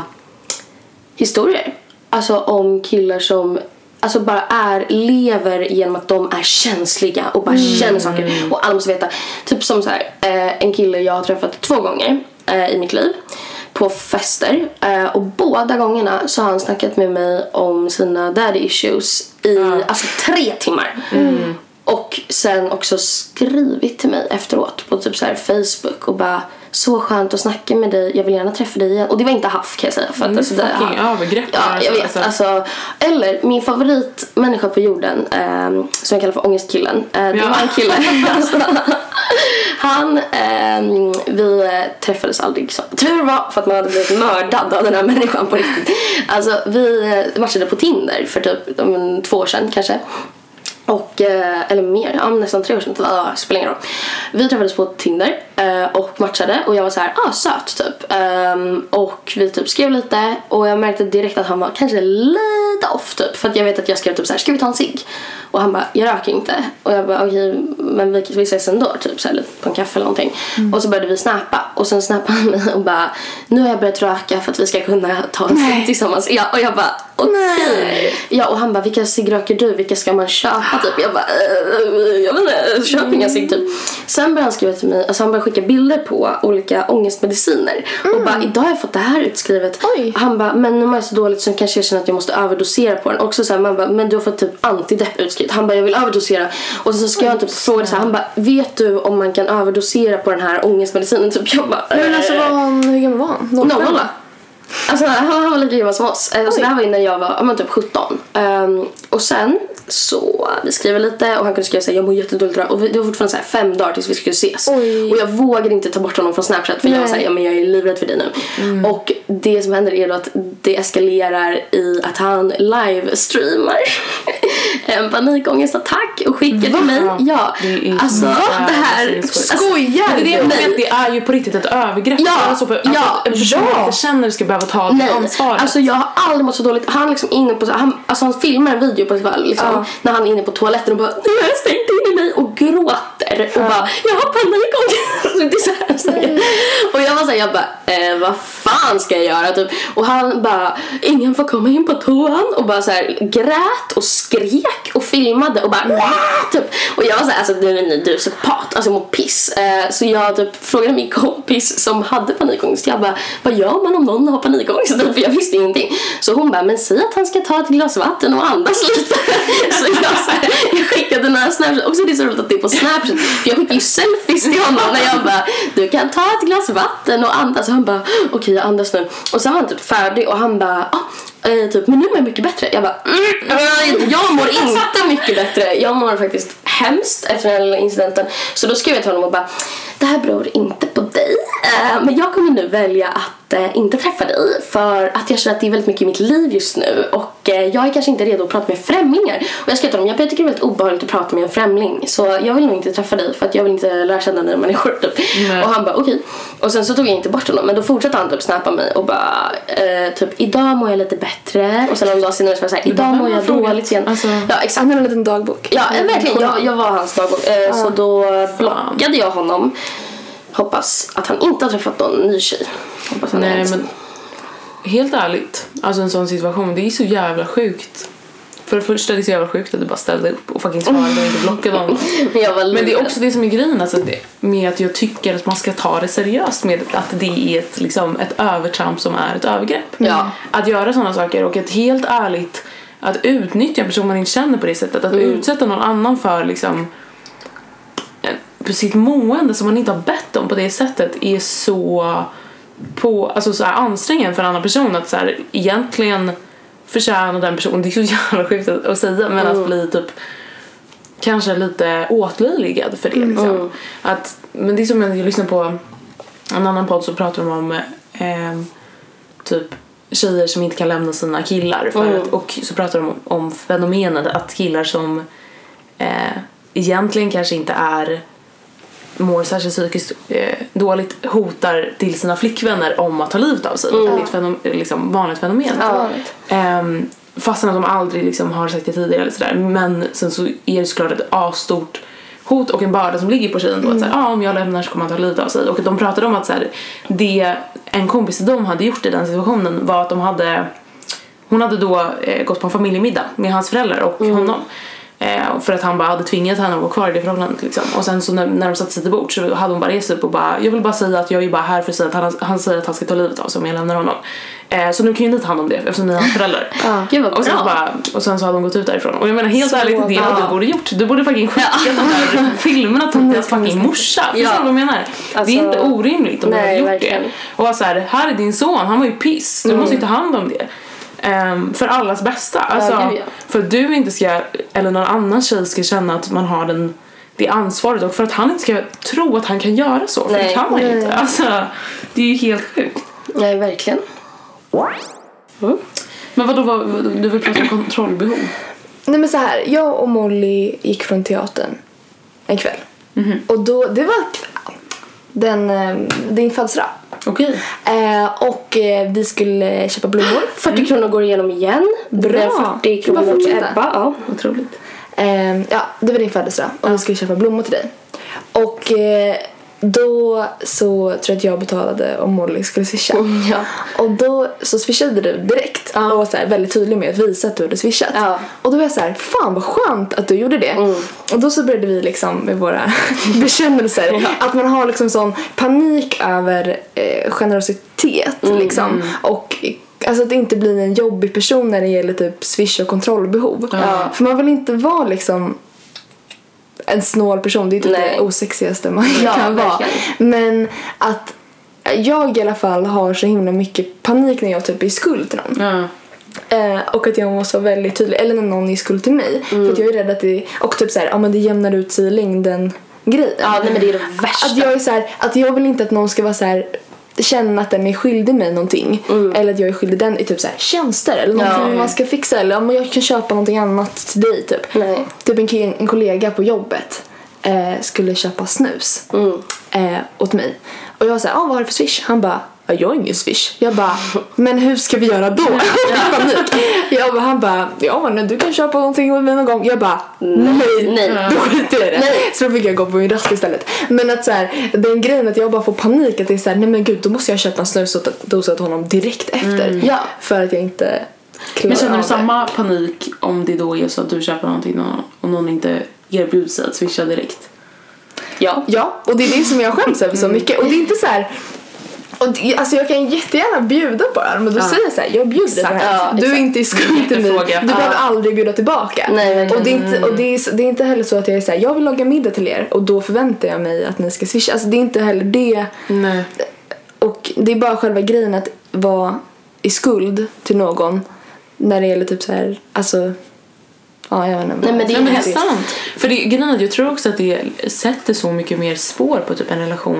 historier, alltså om killar som alltså bara är, lever genom att de är känsliga och bara mm. känner saker, och alla måste veta, typ som så här, eh, en kille jag har träffat två gånger eh, i mitt liv på fester, eh, och båda gångerna så har han snackat med mig om sina daddy issues i mm. alltså tre timmar mm. och sen också skrivit till mig efteråt på typ så här Facebook och bara, så skönt att snacka med dig, jag vill gärna träffa dig igen. Och det var inte haft, kan jag säga, för att, mm, alltså, det fucking övergrepp. Ja, jag vet, alltså. Alltså, eller min favoritmänniska på jorden, eh, som jag kallar för ångestkillen, eh, det ja. var en kille alltså, han eh, vi träffades aldrig, så tur var, för att man hade blivit mördad av den här människan på riktigt. Alltså vi matchade på Tinder för typ um, två år sedan kanske. Och, eller mer, ja, nästan tre år sedan, det spelar ingen roll. Vi träffades på Tinder och matchade, och jag var så här, ah, söt typ. Och vi typ skrev lite, och jag märkte direkt att han var kanske lite off typ, för att jag vet att jag skrev typ så här, ska vi ta en cigg? Och han bara, jag röker inte. Och jag bara, okej, okay, men vi, vi ses ändå typ så här, lite på en kaffe eller någonting. Mm. Och så började vi snappa, och sen snappade han mig och bara, nu har jag börjat röka för att vi ska kunna ta en cigg tillsammans. Ja, och jag bara, okej. Ja, och han bara, vilka cigg röker du? Vilka ska man köpa typ? Jag bara, äh, jag vet inte, köp inga cigg typ. Sen började han skriva till mig, alltså han började skicka bilder på olika ångestmediciner. Mm. Och bara, idag har jag fått det här utskrivet. Oj. Han bara, men nu mår jag så dåligt så kanske jag känner att jag måste överdosera på den. Också så här, man bara, men du har fått typ antidepp utskrivet. Han bara, jag vill överdosera. Och så ska jag typ fråga så här, han bara, vet du om man kan överdosera på den här ångestmedicinen? Typ, jag bara, men alltså var han, hur gammal var han? Noll. Alltså han, han var lite gammal som oss. Alltså, det här var innan jag var men, typ sjutton. Um, och sen så vi skriver lite, och han kunde skriva så här, jag mår jättedåligt idag. Och vi, det var fortfarande så här, fem dagar tills vi skulle ses. Oj. Och jag vågade inte ta bort honom från Snapchat, för Nej. jag var så här, ja men jag är livrädd för dig nu. Mm. Och det som händer är då att det eskalerar i att han livestreamar en panikångestattack och skickade till mig. Ja, det är alltså va? det här skojar. Det, är det, det är ju på riktigt ett övergrepp. Ja, alltså, på, alltså, ja, en person ja. man inte känner ska behöva ta Nej, ansvaret. alltså jag har aldrig mått så dåligt. Han liksom inne på han, alltså han filmar en video på ett fall liksom, ja. när han är inne på toaletten och bara nu har jag stängt in i mig och gråter och ja. bara jag har panikångest. Det är så här, så här. Och jag var så här, jag bara eh, vad fan ska jag göra typ? Och han bara ingen får komma in på toan och bara så här grät och skrek och filmade och bara Wah! Typ. Och jag var så här, alltså du, du, du är psykopat, alltså jag mår piss. Eh, så jag typ frågade min kompis som hade panikångest. Jag bara, vad gör man om någon har panikångest? För jag visste ingenting. Så hon bara, men säg att han ska ta ett glas vatten och andas lite. Så jag, så här, jag skickade några Snapchat. Också det är så roligt att det är på Snapchat. För jag skickade ju selfies till honom när jag bara, du kan ta ett glas vatten och andas. Och han bara, okej okay, jag andas nu. Och sen var han typ färdig och han bara, ah, eh, typ, men nu mår jag mycket bättre. Jag bara, mm, jag mår inte mycket bättre. Jag mår faktiskt hemskt efter den här incidenten. Så då skrev jag till honom och bara, det här beror inte på dig. Uh, men jag kommer nu välja att uh, inte träffa dig. För att jag känner att det är väldigt mycket i mitt liv just nu. Och uh, jag är kanske inte redo att prata med främlingar. Och jag skrev till honom, jag tycker det är väldigt obehagligt att prata med en främling. Så jag vill nog inte träffa dig. För att jag vill inte lära känna nya människor typ. Och han bara, okej okay. Och sen så tog jag inte bort honom. Men då fortsatte han typ snappa mig. Och bara, uh, typ idag mår jag lite bättre. Och sen en dag senare så var jag såhär, idag mår jag dåligt igen alltså, ja, exakt. Han har en liten dagbok. Ja, verkligen, jag, jag var hans dagbok. uh, ja. Så då blockade jag honom. Hoppas att han inte har träffat någon ny tjej. Hoppas han Nej, men helt ärligt, alltså en sån situation, det är så jävla sjukt. För det första är det så jävla sjukt att du bara ställde upp och fucking svarade och inte blockade någon. Men, jag var men det är också det som är grejen, alltså det, med att jag tycker att man ska ta det seriöst med att det är ett, liksom, ett övertramp som är ett övergrepp. Ja. Att göra sådana saker och att helt ärligt att utnyttja en person man inte känner på det sättet. Att mm. utsätta någon annan för liksom på sitt mående som man inte har bett om på det sättet är så på, alltså så här ansträngande för en annan person att så här, egentligen förtjänar den personen, det är så jävla sjukt att, att säga, men mm. att bli typ kanske lite åtlöjligad för det liksom. Mm. Att, men det är som jag lyssnar på en annan podd så pratar de om eh, typ tjejer som inte kan lämna sina killar för mm. att, och så pratar de om, om fenomenet att killar som eh, egentligen kanske inte är mår särskilt psykiskt eh, dåligt hotar till sina flickvänner om att ta livet av sig. Mm. Det är ett fenom- liksom vanligt fenomen. Ja. Um, fastän att de aldrig liksom har sagt det tidigare eller sådär. Men sen så är det såklart ett astort hot och en börda som ligger på tjejen då. Mm. Att såhär, ah, om jag lämnar så kommer han ta livet av sig. Och de pratade om att såhär, det en kompis de hade gjort i den situationen var att de hade hon hade då eh, gått på en familjemiddag med hans föräldrar och mm. honom. Eh, för att han bara hade tvingat henne att vara kvar i det förhållandet liksom. Och sen så när, när de satt sig till bord så hade hon bara rest upp och bara, jag vill bara säga att jag är bara här för att säga att han, han säger att han ska ta livet av sig om jag lämnar honom. Eh, så nu kan ju ni ta hand om det eftersom ni är hans föräldrar. Ah, gud vad bra. Och sen, bara, och sen så hade hon gått ut därifrån. Och jag menar helt så ärligt, det är vad du borde gjort. Du borde fucking skicka ja. de här filmerna till deras fucking morsa. Förstår du vad jag menar? Alltså, det är inte orimligt om du hade gjort verkligen. det. Och så här, här är din son, han var ju piss. Du mm. måste ju ta hand om det. Um, för allas bästa alltså, ja, ja. För att du inte ska eller någon annan tjej ska känna att man har den, det ansvaret och för att han inte ska tro att han kan göra så. För nej, det kan man nej. inte alltså, det är ju helt sjukt. Nej, verkligen. mm. Men vadå, vad, du vill prata om kontrollbehov? Nej men så här, jag och Molly gick från teatern en kväll mm-hmm. och då, det var den, din födelsedag. Okej. Eh, och eh, vi skulle köpa blommor. fyrtio kronor går igenom igen. Bra. fyrtio kronor till Ebba. Ja, otroligt. Eh, ja, det var din födelsedag och vi skulle köpa blommor till dig. Och eh, då så tror jag att jag betalade om Molly skulle swisha. Mm, ja. Och då så swishade du direkt ja. och var så här väldigt tydlig med att visa att du hade swishat. Ja. Och då var jag så här, fan vad skönt att du gjorde det. Mm. Och då så började vi liksom med våra bekännelser. Ja. Att man har liksom sån panik över eh, generositet mm, liksom. Mm. Och alltså att det inte blir en jobbig person när det gäller typ swish och kontrollbehov. Ja. För man vill inte vara liksom en snål person, det är typ Nej. det osexigaste man ja, kan vara. Verkligen. Men att jag i alla fall har så himla mycket panik när jag typ är i skuld till någon. Ja. Eh, och att jag måste vara väldigt tydlig, eller när någon är i skuld till mig. Mm. För att jag är rädd att det, och typ såhär, ja men det jämnar ut sig i längden grejen. Ja, nej, men det är det värsta. Att jag är så här, att jag vill inte att någon ska vara så här känna att den är skyldig mig någonting. Mm. Eller att jag är skyldig den i typ så här tjänster. Eller någonting ja. man ska fixa. Eller om jag kan köpa någonting annat till dig typ. Nej. Typ en, en kollega på jobbet eh, skulle köpa snus mm. eh, åt mig. Och jag var såhär, ah, vad har du för swish? Han bara, ja, jag har ingen swish. Jag bara, men hur ska vi göra då? jag bara, han bara, ja men du kan köpa någonting med mig någon gång. Jag bara, nej, nej. Då skiter jag i det. Nej. Så då fick jag gå på min rast istället. Men att så här, den grejen att jag bara får panik. Att det är såhär, nej men gud, då måste jag köpa en snusdosa åt honom direkt efter. Mm. Ja. För att jag inte klarar. Men känner du av samma det. panik om det då är så att du köper någonting och någon inte erbjuder sig att swisha direkt? Ja. Ja, och det är det som jag skäms över så mycket. Och det är inte så här. Och det, alltså jag kan jättegärna bjuda på det här, men då ja. säger jag så här, jag bjuder exakt. Här. Ja, du är inte i skuld till mig. Du ja. behöver aldrig bjuda tillbaka. Nej, och det är inte och det är, det är inte heller så att jag är så här, jag vill laga middag till er och då förväntar jag mig att ni ska swisha. Alltså det är inte heller det. Nej. Och det är bara själva grejen att vara i skuld till någon när det gäller typ så här, alltså ja, jag vet inte. Nej, men det är, Nej, men det är sant. För det grejen att jag tror också att det sätter så mycket mer spår på typ en relation.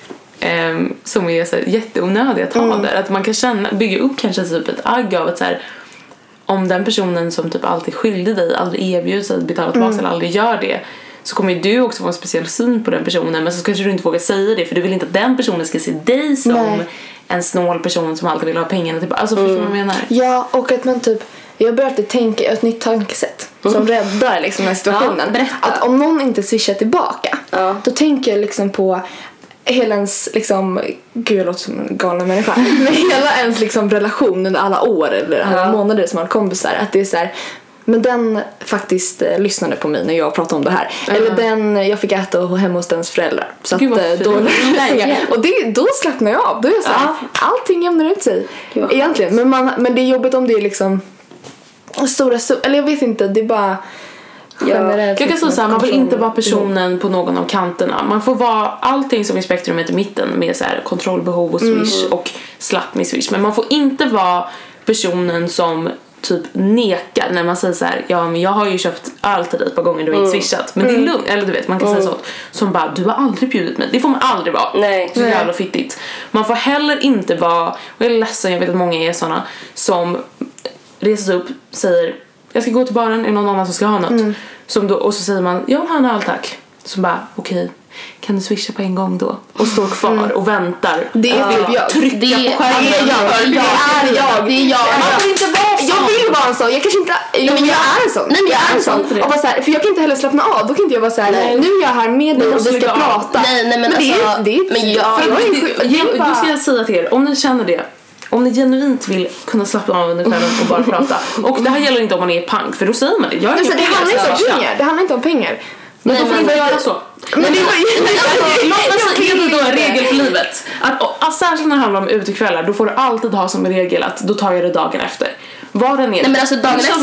Um, som är så här, jätteonödiga att ha mm. där. Att man kan känna, bygga upp kanske typ ett agg av att så här, om den personen som typ alltid skyldig dig aldrig erbjuder sig att betala tillbaka mm. eller aldrig gör det, så kommer ju du också få en speciell syn på den personen. Men så kanske du inte vågar säga det, för du vill inte att den personen ska se dig som Nej. en snål person som alltid vill ha pengarna typ. Alltså förstår du mm. vad jag menar? Ja, och att man typ, jag började tänka ett nytt tankesätt mm. som räddar liksom den här situationen. Ja, att om någon inte swishar tillbaka ja. då tänker jag liksom på hela ens liksom, gud jag låter som en galen människa, men hela ens liksom relation under alla år eller alla ja. månader som man har kompisar, att det är så här, men den faktiskt eh, lyssnade på mig när jag pratade om det här. Uh-huh. Eller den, jag fick äta hemma hos dens föräldrar. Så att, då, och det, då slappnar jag av. Då är jag så här, uh-huh. allting jämnar ut sig. Egentligen. Men, man, men det är jobbigt om det är liksom stora, eller jag vet inte, det är bara Ja. Jag kan säga så här, man vill inte vara personen på någon av kanterna. Man får vara allting som i spektrumet i mitten med så här kontrollbehov och swish mm. och slapp med swish. Men man får inte vara personen som typ nekar när man säger så här, ja men jag har ju köpt öl till dig ett par gånger du har inte swishat. Men mm. det är lugnt, eller du vet, man kan mm. säga så som bara, du har aldrig bjudit mig. Det får man aldrig vara. Nej. Så jävla fittigt. Man får heller inte vara, och jag är ledsen, jag vet att många är såna som reser sig upp, säger jag ska gå till baren, är någon annan som ska ha något. Mm. Som då, och så säger man, jag vill ha en öl tack. Så bara, okej, okay, kan du swisha på en gång då? Och står kvar mm. och väntar. Det är typ jag. Trycka det är, på skärmen. Det är jag. Det är jag. Det är jag. Man får inte vara så. Jag vill vara en sån. Jag kanske inte, ja, men jag är en sån. Nej, men jag är en sån. Och bara så här, för jag kan inte heller slappna av. Då kan inte jag vara så här, nej. Nu är jag här med dig och vi ska prata. Nej, nej, men, men alltså, det är, det är, men jag, jag är, jag, jag, då ska jag säga till er, om ni känner det, om ni genuint vill kunna slappna av under kvällen och bara prata. Och det här gäller inte om man är punk, för då säger man det. Jag är det, det, handlar inte om pengar. Det handlar inte om pengar. Men då får man inte göra så. Men det är då en regel för livet. Att, och, att särskilt när det handlar om utekvällar, då får du alltid ha som regel att då tar jag det dagen efter. Var den är. Nej, men alltså dagen efter.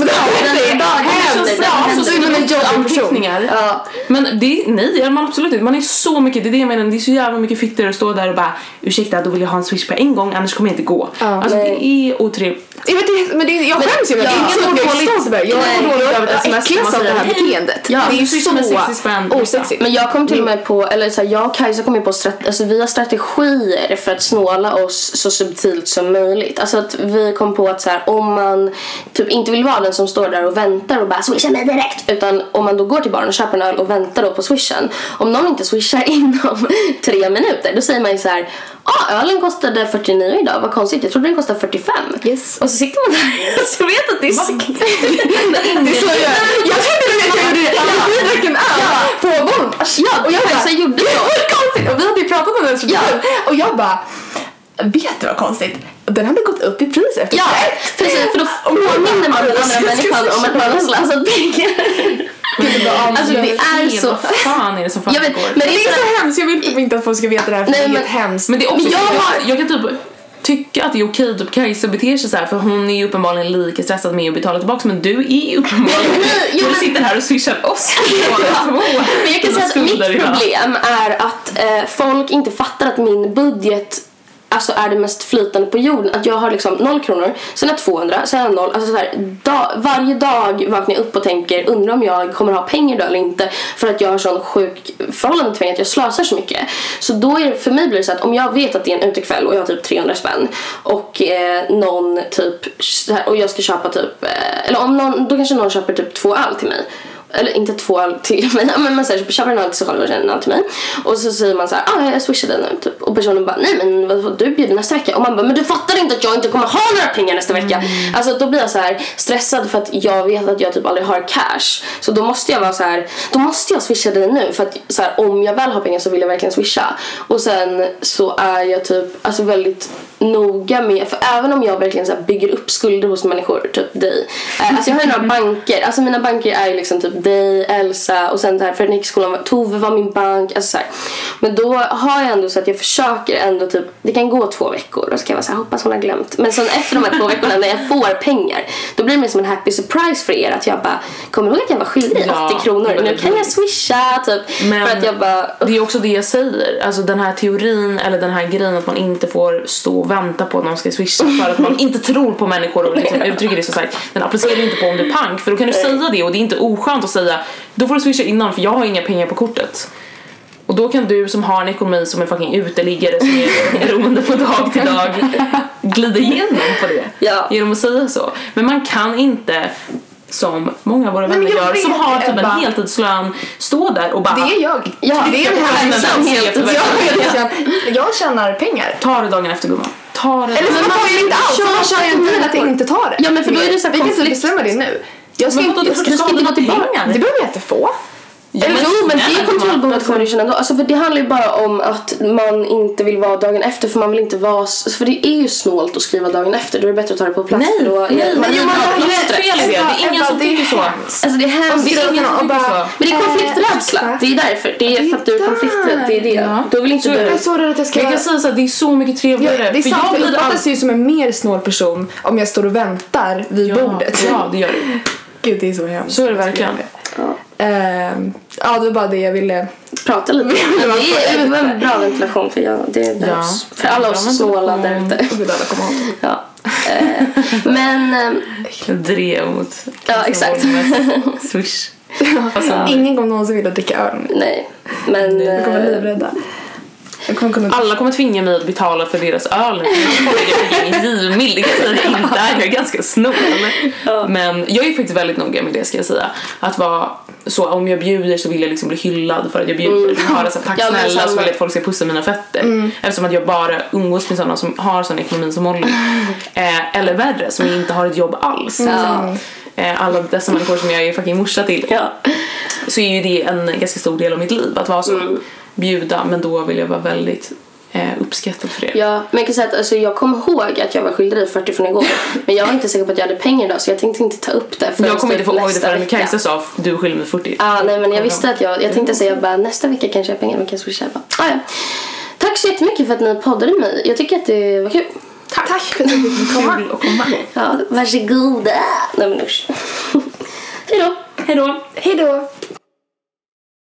Men det, nej, gör man absolut inte. Man är så mycket, det är det jag menar, det är så jävla mycket fitter att stå där och bara, ursäkta, då vill jag ha en swish på en gång, annars kommer jag inte gå. Ja, alltså nej. Det är otrevligt. Jag vet inte, men det, jag skäms ju. Jag är så dåligt. Jag är dålig över ett sms av det här beteendet. Ja, det är ju så osexigt. Men jag kom till och med på, eller så här, jag och Kajsa kom ju på strate- alltså vi har strategier för att snåla oss så subtilt som möjligt. Alltså att vi kom på att så här, om man typ inte vill vara den som står där och väntar och bara swishar mig direkt, utan om man då går till baren och köper en öl och väntar då på swishen, om någon inte swishar inom tre minuter, då säger man ju så här, ah, ölen kostade fyrtionio idag, vad konstigt, jag trodde den kostade fyrtiofem. Yes. Och så sitter man där och så vet att det är så det är så jag jag trodde att jag gjorde det, jag drack en öl på våld. Ja, och jag bara, gjorde det konstigt, och vi hade ju pratat om det så ja. Och jag bara, vet du vad konstigt? Den hade gått upp i pris efter. Ja, precis, för då påminner man den andra människan om att man har slösat pengar. Alltså det är så fan är det som fan jag vet, men det är så hemskt, jag vill typ inte att folk ska veta det här, för nej, det är men, hemskt. Men det är också, men jag, har, jag kan typ tycka att det är okej typ Kajsa beter sig så här, för hon är ju uppenbarligen lika stressad med att betala tillbaka, men du är uppenbarligen du sitter här och swishar oss. Men jag kan säga att mitt problem är att eh, folk inte fattar att min budget alltså är det mest flytande på jorden. Att jag har liksom noll kronor, sen har jag tvåhundra, sen har jag noll. Alltså så här, dag, varje dag vaknar jag upp och tänker, undrar om jag kommer ha pengar då eller inte. För att jag har sån sjuk förhållande till pengar att jag slösar så mycket. Så då är det, för mig blir det så att om jag vet att det är en utekväll och jag har typ trehundra spänn och eh, någon typ så här, och jag ska köpa typ eh, eller om någon, då kanske någon köper typ två öl till mig. Eller inte två öl till mig, men man säger köper en öl till sig själv och en öl till mig. Och så säger man så här, ah, jag swishar dig nu typ. Och personen bara, nej men vad, vad, du bjuder nästa vecka. Och man bara, men du fattar inte att jag inte kommer ha några pengar nästa vecka. Mm. Alltså då blir jag så här stressad för att jag vet att jag typ aldrig har cash. Så då måste jag vara så här, då måste jag swisha dig nu. För att så här, om jag väl har pengar så vill jag verkligen swisha. Och sen så är jag typ alltså väldigt noga med, för även om jag verkligen så här bygger upp skulder hos människor, typ dig, alltså jag har ju några banker, alltså mina banker är liksom typ dig, Elsa och sen där för den skolan, Tove var min bank, alltså så här. Men då har jag ändå så att jag försöker ändå typ, det kan gå två veckor och så kan jag vara så här, hoppas hon har glömt, men sen efter de här två veckorna när jag får pengar, då blir det mer som en happy surprise för er att jag bara, kommer ihåg att jag var skyldig ja, åttio kronor, nu kan jag swisha typ. Men för att jag bara, det är också det jag säger, alltså den här teorin eller den här grejen att man inte får stå och vänta på att någon ska swisha för att man inte tror på människor och liksom uttrycker det så här, den applicerar inte på om du är pank, för då kan du säga det och det är inte oskönt att säga, då får du swisha innan för jag har inga pengar på kortet. Och då kan du som har en ekonomi som är fucking uteliggare som är beroende på dag till dag glida igenom på det, ja. Genom att säga så. Men man kan inte, som många av våra vänner gör, som har typ en heltidslön, stå där och bara, det är jag, ja, det är det här som heltid. jag, jag tjänar pengar. Ta det dagen efter gumman. Ta det. Eller så tar jag inte alls, så man kör ju inte att jag inte tar det. Ja men för då är det så här, vi kan inte bestämma det nu. Jag ska inte, jag ska inte gå tillbaka. Det behöver jag inte få. Ja, men, jo, men det är kontrollbehovet ändå. Alltså, för det handlar ju bara om att man inte vill vara dagen efter, för man vill inte vara, för det är ju snålt att skriva dagen efter. Då är det bättre att ta det på plats. Nej, för då är, nej, man, nej, man har fel i det. Det är ingen som tycker så. Alltså det är hemskt. Det är ingen som tycker så. Men det är konflikträdsla. Det är därför. Det är för att du är konflikträdd. Det är det. Ja. Då vill inte så, du. Jag är så rädd att jag ska. Jag kan säga så att det är så mycket trevligare. Ja, det är för sant, jag jag uppfattas all... ju som en mer snål person om jag står och väntar vid ja, bordet. Ja, det gör det. Gud, det är så hemskt. Så är det verkligen. Ja. Uh, ja, det var bara det jag ville prata lite. Det var en bra ventilation för jag, det behövs. Ja. För alla oss snåla där ute. Ja. Uh, men uh, drev mot. Ja, exakt. Swish. Ja. Ingen kommer någonsin vilja dricka öl. Nej. Men jag kommer bli livrädda. Kommer kunna... Alla kommer tvinga mig att betala för deras öl. Jag är givmild, det kan jag säga inte. Jag är ganska snål. Ja. Men jag är faktiskt väldigt noga med det, ska jag säga. Att vara så, om jag bjuder så vill jag liksom bli hyllad för att jag bjuder. Mm. Jag har så tack snälla, ja, så vill jag att folk ska pussa mina fötter. Mm. Eftersom att jag bara umgås med sådana som har sån ekonomi som Molly. Eh, eller värre, som inte har ett jobb alls. Mm. Alltså, eh, alla dessa människor som jag är fucking morsa till. Ja. Så är ju det en ganska stor del av mitt liv, att vara så. Mm. Bjuda, men då vill jag vara väldigt eh, uppskattad för det. Ja, men jag kan säga att alltså, jag kommer ihåg att jag var skyldig dig fyrtio från igår. Men jag var inte säker på att jag hade pengar idag, så jag tänkte inte ta upp det. Jag kommer inte få ihåg det förrän Kajsa sa du är skyldig med fyrtio. Ja, ah, nej, men jag visste att jag, jag tänkte säga bara nästa vecka kanske jag har pengar, men kanske vi köpa. Ah, ja. Tack så jättemycket för att ni poddade med mig. Jag tycker att det var kul. Tack, Tack för att du fick komma. Kul att komma. Ja, varsågoda. Nej men usch. Hej då. Hej då. Hej då.